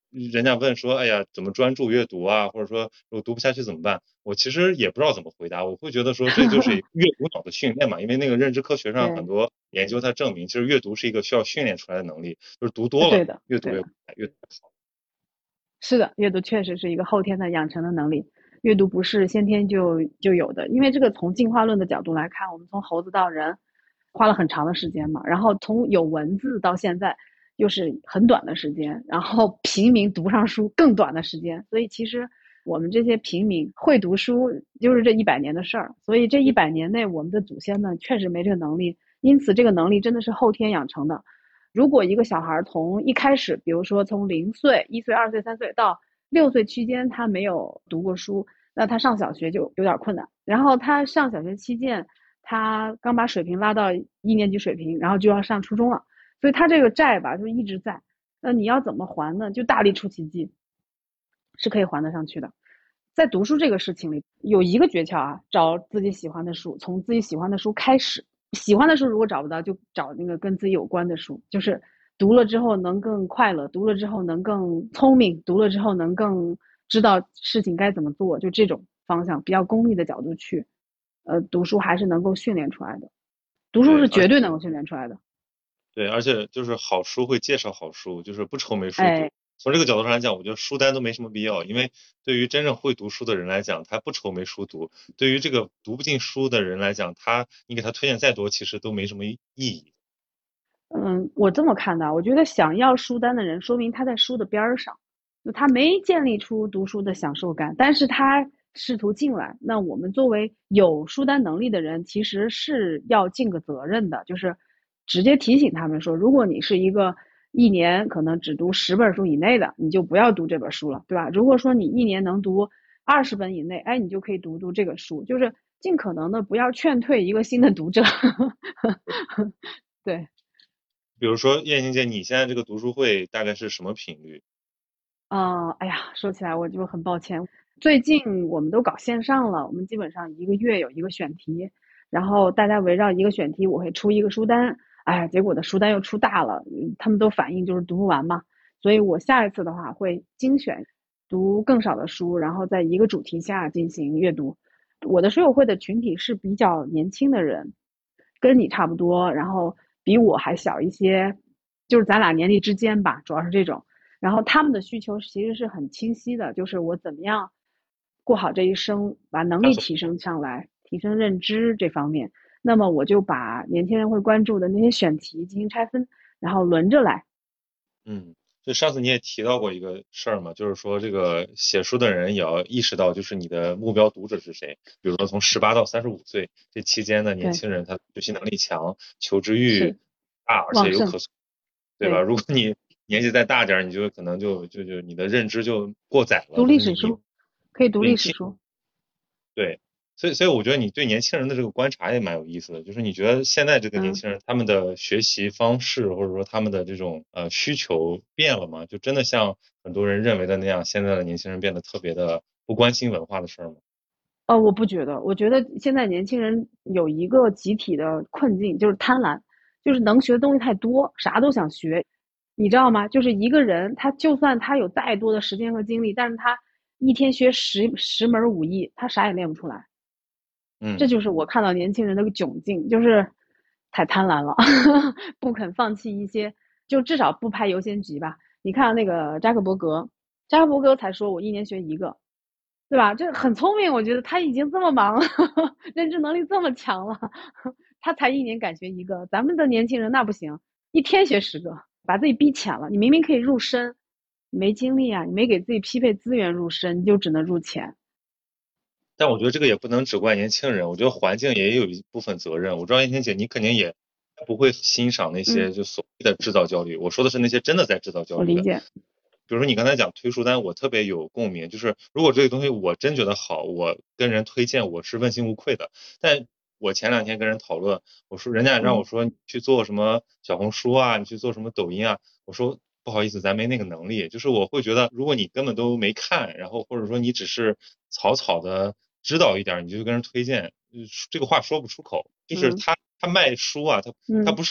人家问说，哎呀，怎么专注阅读啊，或者说如果读不下去怎么办？我其实也不知道怎么回答，我会觉得说这就是一个阅读脑的训练嘛，因为那个认知科学上很对， 多研究它证明，其实阅读是一个需要训练出来的能力，就是读多了对的， 越读对的。 越快，越读越好。 是的，阅读确实是一个后天的养成的能力，阅读不是先天就有的。因为这个从进化论的角度来看，我们从猴子到人花了很长的时间嘛，然后从有文字到现在又是很短的时间，然后平民读上书更短的时间，所以其实我们这些平民会读书就是这100年的事儿，所以这100年内我们的祖先们确实没这个能力，因此这个能力真的是后天养成的。如果一个小孩从一开始，比如说从0岁、1岁、2岁、3岁到6岁期间，他没有读过书，那他上小学就有点困难。然后他上小学期间，他刚把水平拉到1年级水平，然后就要上初中了，所以他这个债吧就一直在。那你要怎么还呢？就大力出奇迹，是可以还得上去的。在读书这个事情里，有一个诀窍啊，找自己喜欢的书，从自己喜欢的书开始。喜欢的书如果找不到，就找那个跟自己有关的书，就是读了之后能更快乐，读了之后能更聪明，读了之后能更知道事情该怎么做，就这种方向，比较功利的角度去，读书还是能够训练出来的，读书对， 是绝对能够训练出来的。 对，而且就是好书会介绍好书，就是不愁没书哎， 读。从这个角度上来讲，我觉得书单都没什么必要，因为对于真正会读书的人来讲，他不愁没书读；对于这个读不进书的人来讲，你给他推荐再多，其实都没什么意义。 我这么看的，我觉得想要书单的人，说明他在书的边儿上，就他没建立出读书的享受感，但是他试图进来。那我们作为有书单能力的人，其实是要尽个责任的，就是直接提醒他们说，如果你是一个1年可能只读10本书以内的，你就不要读这本书了，对吧？如果说你1年能读20本以内，哎，你就可以读这个书，就是尽可能的不要劝退一个新的读者。对。 比如说燕青姐，你现在这个读书会大概是什么频率？ 哎呀，说起来我就很抱歉。最近我们都搞线上了，我们基本上一个月有一个选题，然后大家围绕一个选题，我会出一个书单。哎，结果的书单又出大了，他们都反映就是读不完嘛。所以我下一次的话会精选读更少的书，然后在一个主题下进行阅读。我的书友会的群体是比较年轻的人，跟你差不多，然后比我还小一些，就是咱俩年龄之间吧，主要是这种。然后他们的需求其实是很清晰的，就是我怎么样过好这一生，把能探索。 力提升上来，提升认知这方面。那么我就把年轻人会关注的那些选题进行拆分，然后轮着来。 嗯，就上次你也提到过一个事儿嘛，就是说这个写书的人也要意识到，就是你的目标读者是谁。比如说从18到35岁这期间的年对， 轻人，他学习能力强，求知欲是大，而且旺盛， 有可塑，对吧？ 对， 如果你年纪再大点儿，你就可能就你的认知就过载了， 读就是你历史书，可以读对你听。 历史书。 对，所以我觉得你对年轻人的这个观察也蛮有意思的，就是你觉得现在这个年嗯。 轻人他们的学习方式或者说他们的这种需求变了吗？就真的像很多人认为的那样，现在的年轻人变得特别的不关心文化的事儿吗？ 我不觉得，我觉得现在年轻人有一个集体的困境，就是贪婪，就是能学的东西太多，啥都想学，你知道吗？就是一个人，他就算他有再多的时间和精力，但是他一天学十门武艺，他啥也练不出来。这嗯。 就是我看到年轻人的个窘境，就是太贪婪了，不肯放弃一些，就至少不排优先级吧。你看那个扎克伯格，扎克伯格才说我1年学一个，对吧？这很聪明，我觉得他已经这么忙了，认知能力这么强了，他才1年敢学一个。咱们的年轻人那不行，一天学10个，把自己逼浅了。你明明可以入深，你没精力啊，你没给自己匹配资源入深，你就只能入浅。 但我觉得这个也不能只怪年轻人，我觉得环境也有一部分责任。我知道燕婷姐你肯定也不会欣赏那些嗯， 就所谓的制造焦虑，我说的是那些真的在制造焦虑的。 我理解。 比如说你刚才讲推书单，我特别有共鸣，就是如果这个东西我真觉得好，我跟人推荐我是问心无愧的。但我前2天跟人讨论，我说人家让我嗯。 说你去做什么小红书啊，你去做什么抖音啊，我说不好意思，咱没那个能力。就是我会觉得，如果你根本都没看，然后或者说你只是草草的知道一点，你就跟人推荐，这个话说不出口。就是嗯。 他卖书啊，他嗯。 不是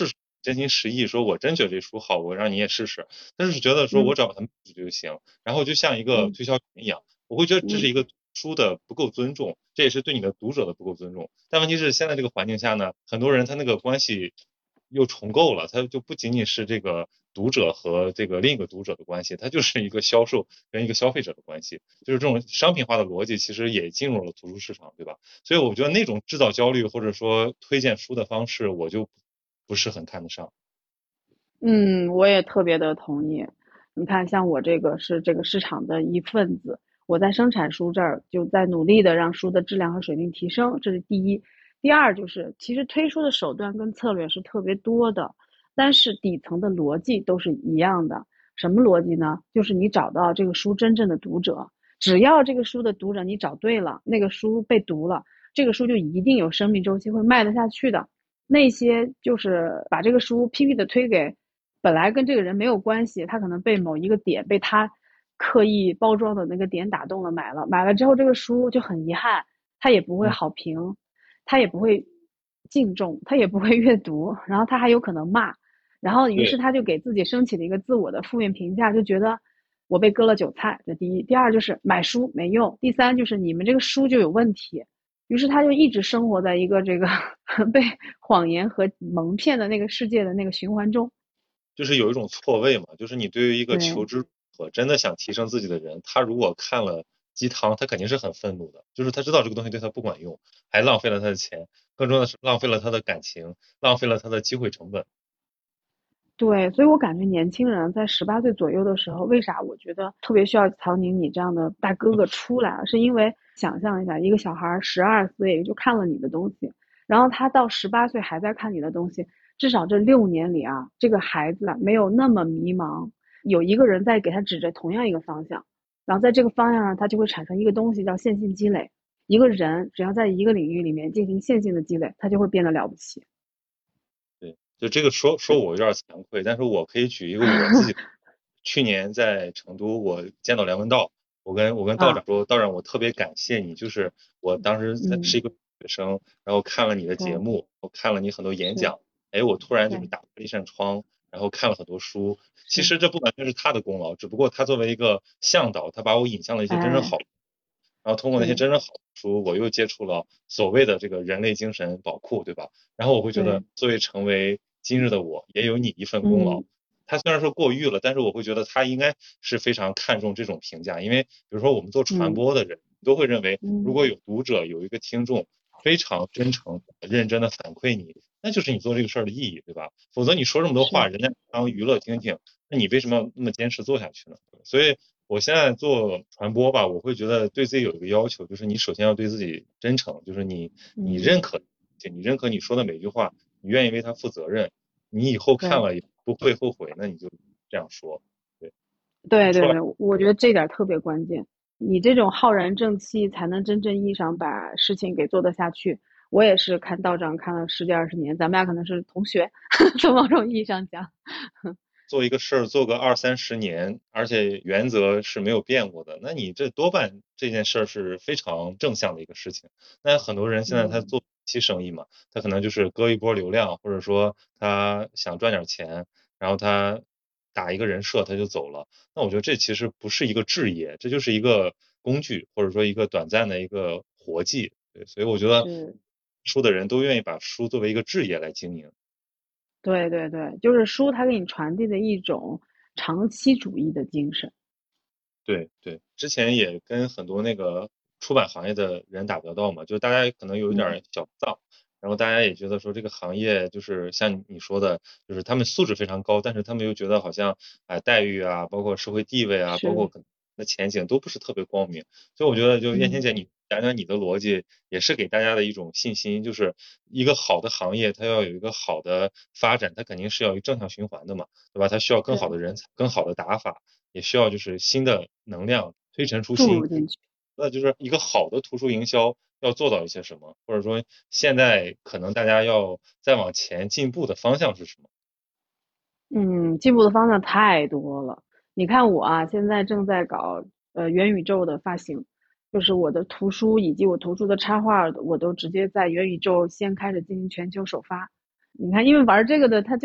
真心实意说，我真觉得这书好，我让你也试试。但是觉得说我嗯找他们就行，然后就像一个嗯推销员一样，我会觉得这是嗯。 一个书的不够尊重，这也是对你的读者的不够尊重。但问题是现在这个环境下呢，很多人他那个关系又重构了，他就不仅仅是这个读者和这个另一个读者的关系，他就是一个销售跟一个消费者的关系，就是这种商品化的逻辑其实也进入了图书市场，对吧？所以我觉得那种制造焦虑或者说推荐书的方式，我就不是很看得上。 嗯，我也特别的同意。你看，像我这个是这个市场的一份子，我在生产书这儿就在努力的让书的质量和水平提升，这是第一。第二就是，其实推出的手段跟策略是特别多的，但是底层的逻辑都是一样的。什么逻辑呢？就是你找到这个书真正的读者，只要这个书的读者你找对了，那个书被读了，这个书就一定有生命周期，会卖得下去的。那些就是把这个书批批的推给本来跟这个人没有关系，他可能被某一个点被他刻意包装的那个点打动了，买了之后这个书就很遗憾，他也不会嗯， 好评，他也不会敬重，他也不会阅读，然后他还有可能骂，然后于是对。 他就给自己升起了一个自我的负面评价，就觉得我被割了韭菜，这第一。第二就是买书没用，第三就是你们这个书就有问题。于是他就一直生活在一个这个被谎言和蒙骗的那个世界的那个循环中。 就是有一种错位嘛，就是你对于一个求对， 知者真的想提升自己的人，他如果看了鸡汤，他肯定是很愤怒的，就是他知道这个东西对他不管用，还浪费了他的钱，更重要的是浪费了他的感情，浪费了他的机会成本。 对，所以我感觉年轻人在18岁左右的时候，为啥我觉得特别需要曹宁你这样的大哥哥出来，是因为想象一下，一个小孩12岁就看了你的东西，然后他到18岁还在看你的东西，至少这6年里啊，这个孩子啊没有那么迷茫，有一个人在给他指着同样一个方向，然后在这个方向上，他就会产生一个东西叫线性积累。一个人只要在一个领域里面进行线性的积累，他就会变得了不起。 对，就这个说我有点惭愧，但是我可以举一个我自己，去年在成都我见到梁文道，我跟道啊， 长说，道长我特别感谢你，就是我当时是嗯， 一个学生，然后看了你的节对， 目，我看了你很多演是， 讲，哎，我突然就是对， 打开了一扇窗，然后看了很多书，其是， 实这不完全是他的功劳，只不过他作为一个向导，他把我引向了一些真正哎， 好。然后通过那些是， 真正好的书，我又接触了所谓的这个人类精神宝库，对吧？然后我会觉得， 对， 作为成为今日的我，也有你一份功劳。 嗯他虽然说过誉了，但是我会觉得他应该是非常看重这种评价，因为比如说我们做传嗯播的人都会认为，如嗯， 果有读者有一个听众非常真诚、认真的反馈你，那就是你做这个事儿的意义，对吧？否则你说这么多话， 是， 人家当娱乐听听，那你为什么要那么坚持做下去呢？所以我现在做传播吧，我会觉得对自己有一个要求，就是你首先要对自己真诚，就是你嗯， 认可，你认可你说的每句话，你愿意为他负责任，你以后看对， 了也不会后悔，那你就这样说。对， 对对对， 说了我觉得这点特别关键。你这种浩然正气，才能真正意义上把事情给做得下去。我也是看道长看了10几20年，咱们俩可能是同学，从某种意义上讲。 做一个事儿做个20、30年，而且原则是没有变过的，那你这多半这件事儿是非常正向的一个事情。那很多人现在他嗯， 做期生意嘛，他可能就是割一波流量，或者说他想赚点钱，然后他打一个人设他就走了。那我觉得这其实不是一个置业，这就是一个工具，或者说一个短暂的一个活计。对，所以我觉得是， 书的人都愿意把书作为一个置业来经营。 对对对，就是书它给你传递的一种长期主义的精神。 对对，之前也跟很多那个出版行业的人打交道嘛，就大家可能有一点嗯， 儿小丧，然后大家也觉得说这个行业就是像你说的，就是他们素质非常高，但是他们又觉得好像待遇啊，包括社会地位啊，包括是， 可能的前景都不是特别光明，所以我觉得就燕嗯， 青姐你讲讲你的逻辑，也是给大家的一种信心，就是一个好的行业它要有一个好的发展，它肯定是要有正向循环的嘛，对吧？它需要更好对， 的人才、更好的打法。也需要就是新的能量推陈出新。 注入进去。 那就是一个好的图书营销要做到一些什么，或者说现在可能大家要再往前进步的方向是什么？ 嗯，进步的方向太多了。你看我啊，现在正在搞元宇宙的发行，就是我的图书以及我图书的插画，我都直接在元宇宙先开始进行全球首发。你看，因为玩这个的，他就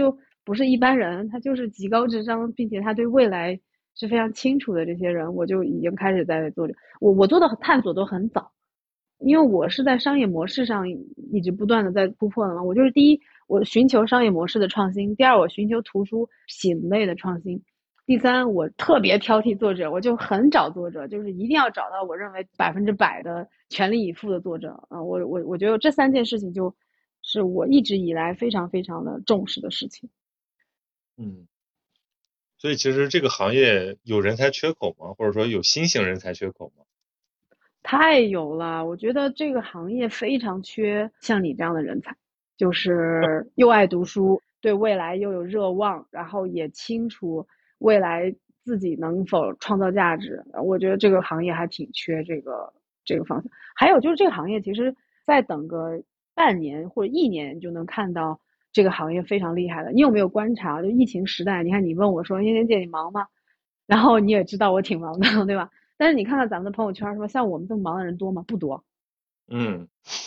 不是一般人，他就是极高智商，并且他对未来是非常清楚的这些人，我就已经开始在做这。我做的探索都很早，因为我是在商业模式上一直不断的在突破的嘛。我就是第一，我寻求商业模式的创新；第二，我寻求图书品类的创新；第三，我特别挑剔作者，我就很找作者，就是一定要找到我认为100%的全力以赴的作者啊。我觉得这3件事情就是我一直以来非常非常的重视的事情。 嗯，所以其实这个行业有人才缺口吗？或者说有新型人才缺口吗？ 太有了，我觉得这个行业非常缺像你这样的人才，就是又爱读书，对未来又有热望，然后也清楚未来自己能否创造价值。我觉得这个行业还挺缺这个方向。还有就是这个行业其实再等个半年或者1年就能看到这个行业非常厉害的。你有没有观察？就疫情时代，你看你问我说：“燕燕姐你忙吗？”然后你也知道我挺忙的，对吧？但是你看看咱们的朋友圈，说像我们这么忙的人多吗？不多， 嗯，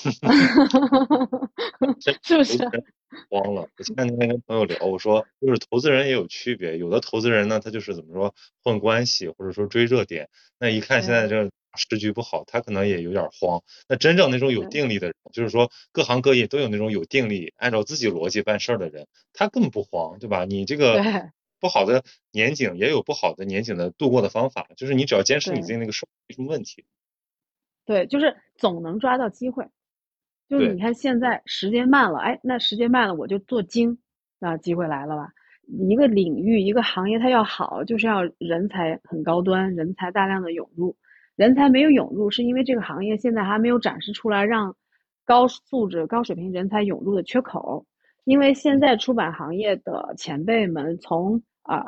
是不是？ 投资人慌了。我前两天跟朋友聊，我说就是投资人也有区别，有的投资人呢，他就是怎么说混关系，或者说追热点。那一看现在对这时局不好，他可能也有点慌。那真正那种有对定力的人，就是说各行各业都有那种有定力，按照自己逻辑办事儿的人，他根本不慌，对吧？你这个对不好的年景也有不好的年景的度过的方法，就是你只要坚持你自己对那个事儿，没什么问题。 对，就是总能抓到机会。就是对。 你看现在时间慢了，哎，那时间慢了我就做精，那机会来了吧？一个领域一个行业它要好，就是要人才很高端，人才大量的涌入。人才没有涌入，是因为这个行业现在还没有展示出来让高素质、高水平人才涌入的缺口。因为现在出版行业的前辈们从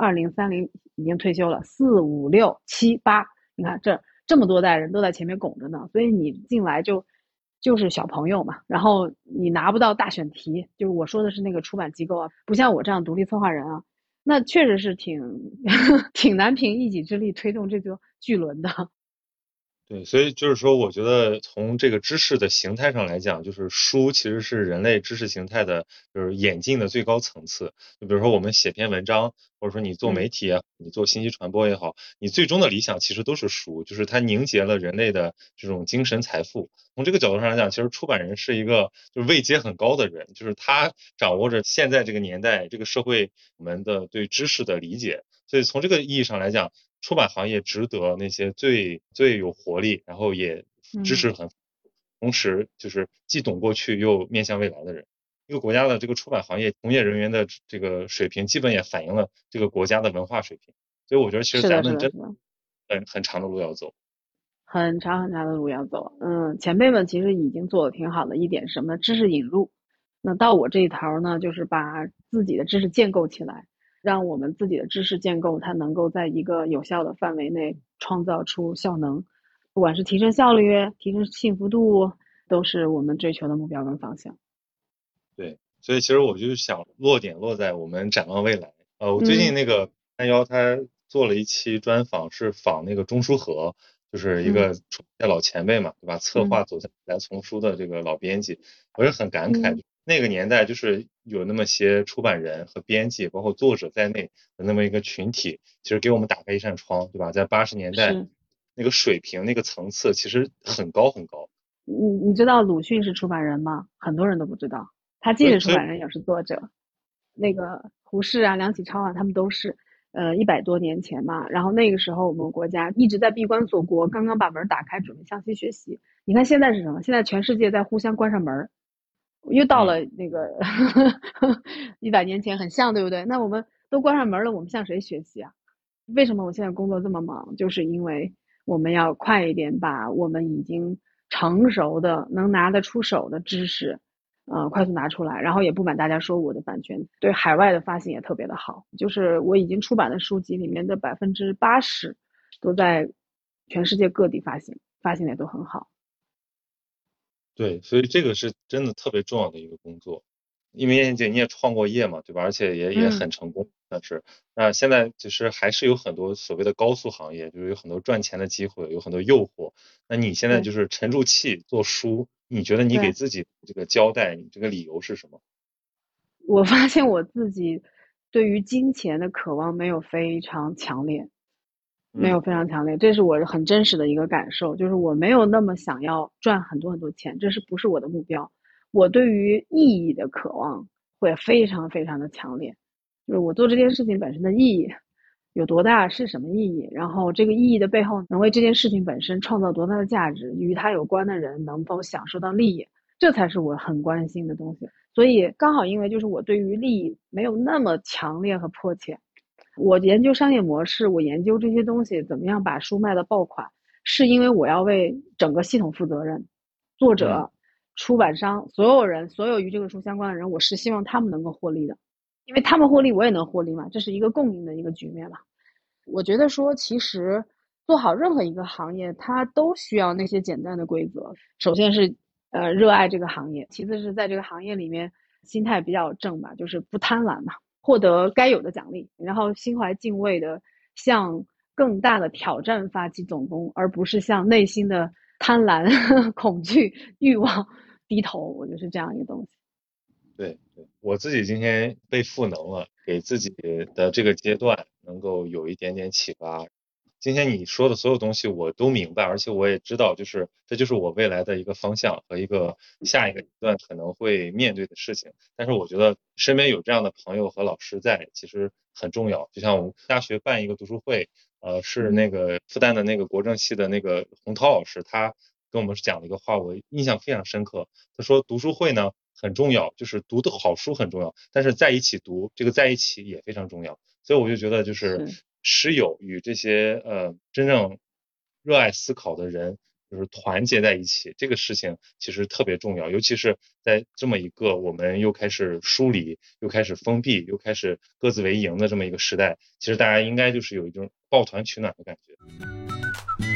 2030已经退休了，4、5、6、7、8，你看这么多代人都在前面拱着呢，所以你进来就是小朋友嘛，然后你拿不到大选题，就是我说的是那个出版机构啊，不像我这样独立策划人啊，那确实是挺挺难凭一己之力推动这个巨轮的。 对，所以就是说，我觉得从这个知识的形态上来讲，就是书其实是人类知识形态的，就是演进的最高层次。就比如说我们写篇文章，或者说你做媒嗯， 体也好，你做信息传播也好，你最终的理想其实都是书，就是它凝结了人类的这种精神财富。从这个角度上来讲，其实出版人是一个就是位阶很高的人，就是他掌握着现在这个年代这个社会我们的对知识的理解。所以从这个意义上来讲，出版行业值得那些最有活力，然后也知嗯， 识很，同时就是既懂过去又面向未来的人。一个国家的这个出版行业从业人员的这个水平，基本也反映了这个国家的文化水平。所以我觉得其实是的，是的， 咱们真是的。 很长的路要走。 很长很长的路要走。前辈们其实已经做的挺好的一点是什么呢？知识引入。那到我这一头呢，就是把自己的知识建构起来，让我们自己的知识建构它能够在一个有效的范围内创造出效能，不管是提升效率、提升幸福度，都是我们追求的目标跟方向。 对，所以其实我就想落点落在我们展望未来。我最近嗯那个311他做了一期专访，是访那个钟书和，就是一嗯个出版界老前辈嘛，对吧？策嗯划走下来丛书的这个老编辑，我也很感慨， 嗯， 那个年代就是有那么些出版人和编辑，包括作者在内的那么一个群体，其实给我们打开一扇窗，对吧？在80年代是。 那个水平、那个层次其实很高很高。 你知道鲁迅是出版人吗？很多人都不知道，他既是出所以所以版人也是作者。那个胡适啊、梁启超啊，他们都是100多年前嘛。然后那个时候我们国家一直在闭关锁国，刚刚把门打开，准备向西学习。你看现在是什么？现在全世界在互相关上门，又到嗯。 了那个100年前，很像，对不对？那我们都关上门了，我们向谁学习啊？为什么我现在工作这么忙？就是因为我们要快一点把我们已经成熟的、能拿得出手的知识，快速拿出来。然后也不瞒大家说，我的版权对海外的发行也特别的好，就是我已经出版的书籍里面的80%都在全世界各地发行，发行的也都很好。 对，所以这个是真的特别重要的一个工作，因为燕姐你也创过业嘛，对吧？而且也嗯， 很成功，但是那现在其实还是有很多所谓的高速行业，就是有很多赚钱的机会，有很多诱惑。那你现在对就是沉住气做书，你觉得你给对。 自己这个交代，你这个理由是什么？ 我发现我自己对于金钱的渴望没有非常强烈，没有嗯非常强烈，这是我很真实的一个感受，就是我没有那么想要赚很多很多钱，这是不是我的目标？我对于意义的渴望会非常非常的强烈，就是我做这件事情本身的意义有多大，是什么意义，然后这个意义的背后能为这件事情本身创造多大的价值，与它有关的人能否享受到利益，这才是我很关心的东西。所以刚好因为就是我对于利益没有那么强烈和迫切，我研究商业模式，我研究这些东西怎么样把书卖到爆款，是因为我要为整个系统负责任。作嗯者、出版商，所有人，所有与这个书相关的人，我是希望他们能够获利的，因为他们获利，我也能获利嘛，这是一个共赢的一个局面嘛。我觉得说，其实做好任何一个行业，它都需要那些简单的规则。首先是热爱这个行业，其次是在这个行业里面心态比较正吧，就是不贪婪嘛，获得该有的奖励，然后心怀敬畏的向更大的挑战发起总攻，而不是向内心的贪婪、恐惧、欲望低头。我就是这样一个东西。 对对，我自己今天被赋能了，给自己的这个阶段能够有一点点启发。今天你说的所有东西我都明白，而且我也知道，就是这就是我未来的一个方向和一个下一个阶段可能会面对的事情。但是我觉得身边有这样的朋友和老师在，其实很重要。就像我们大学办一个读书会，是那个复旦的那个国政系的那个洪涛老师，他跟我们讲了一个话，我印象非常深刻。他说读书会呢很重要，就是读的好书很重要，但是在一起读，这个在一起也非常重要。所以我就觉得就是是师友与这些真正热爱思考的人。就是团结在一起，这个事情其实特别重要，尤其是在这么一个我们又开始疏离、又开始封闭、又开始各自为营的这么一个时代，其实大家应该就是有一种抱团取暖的感觉。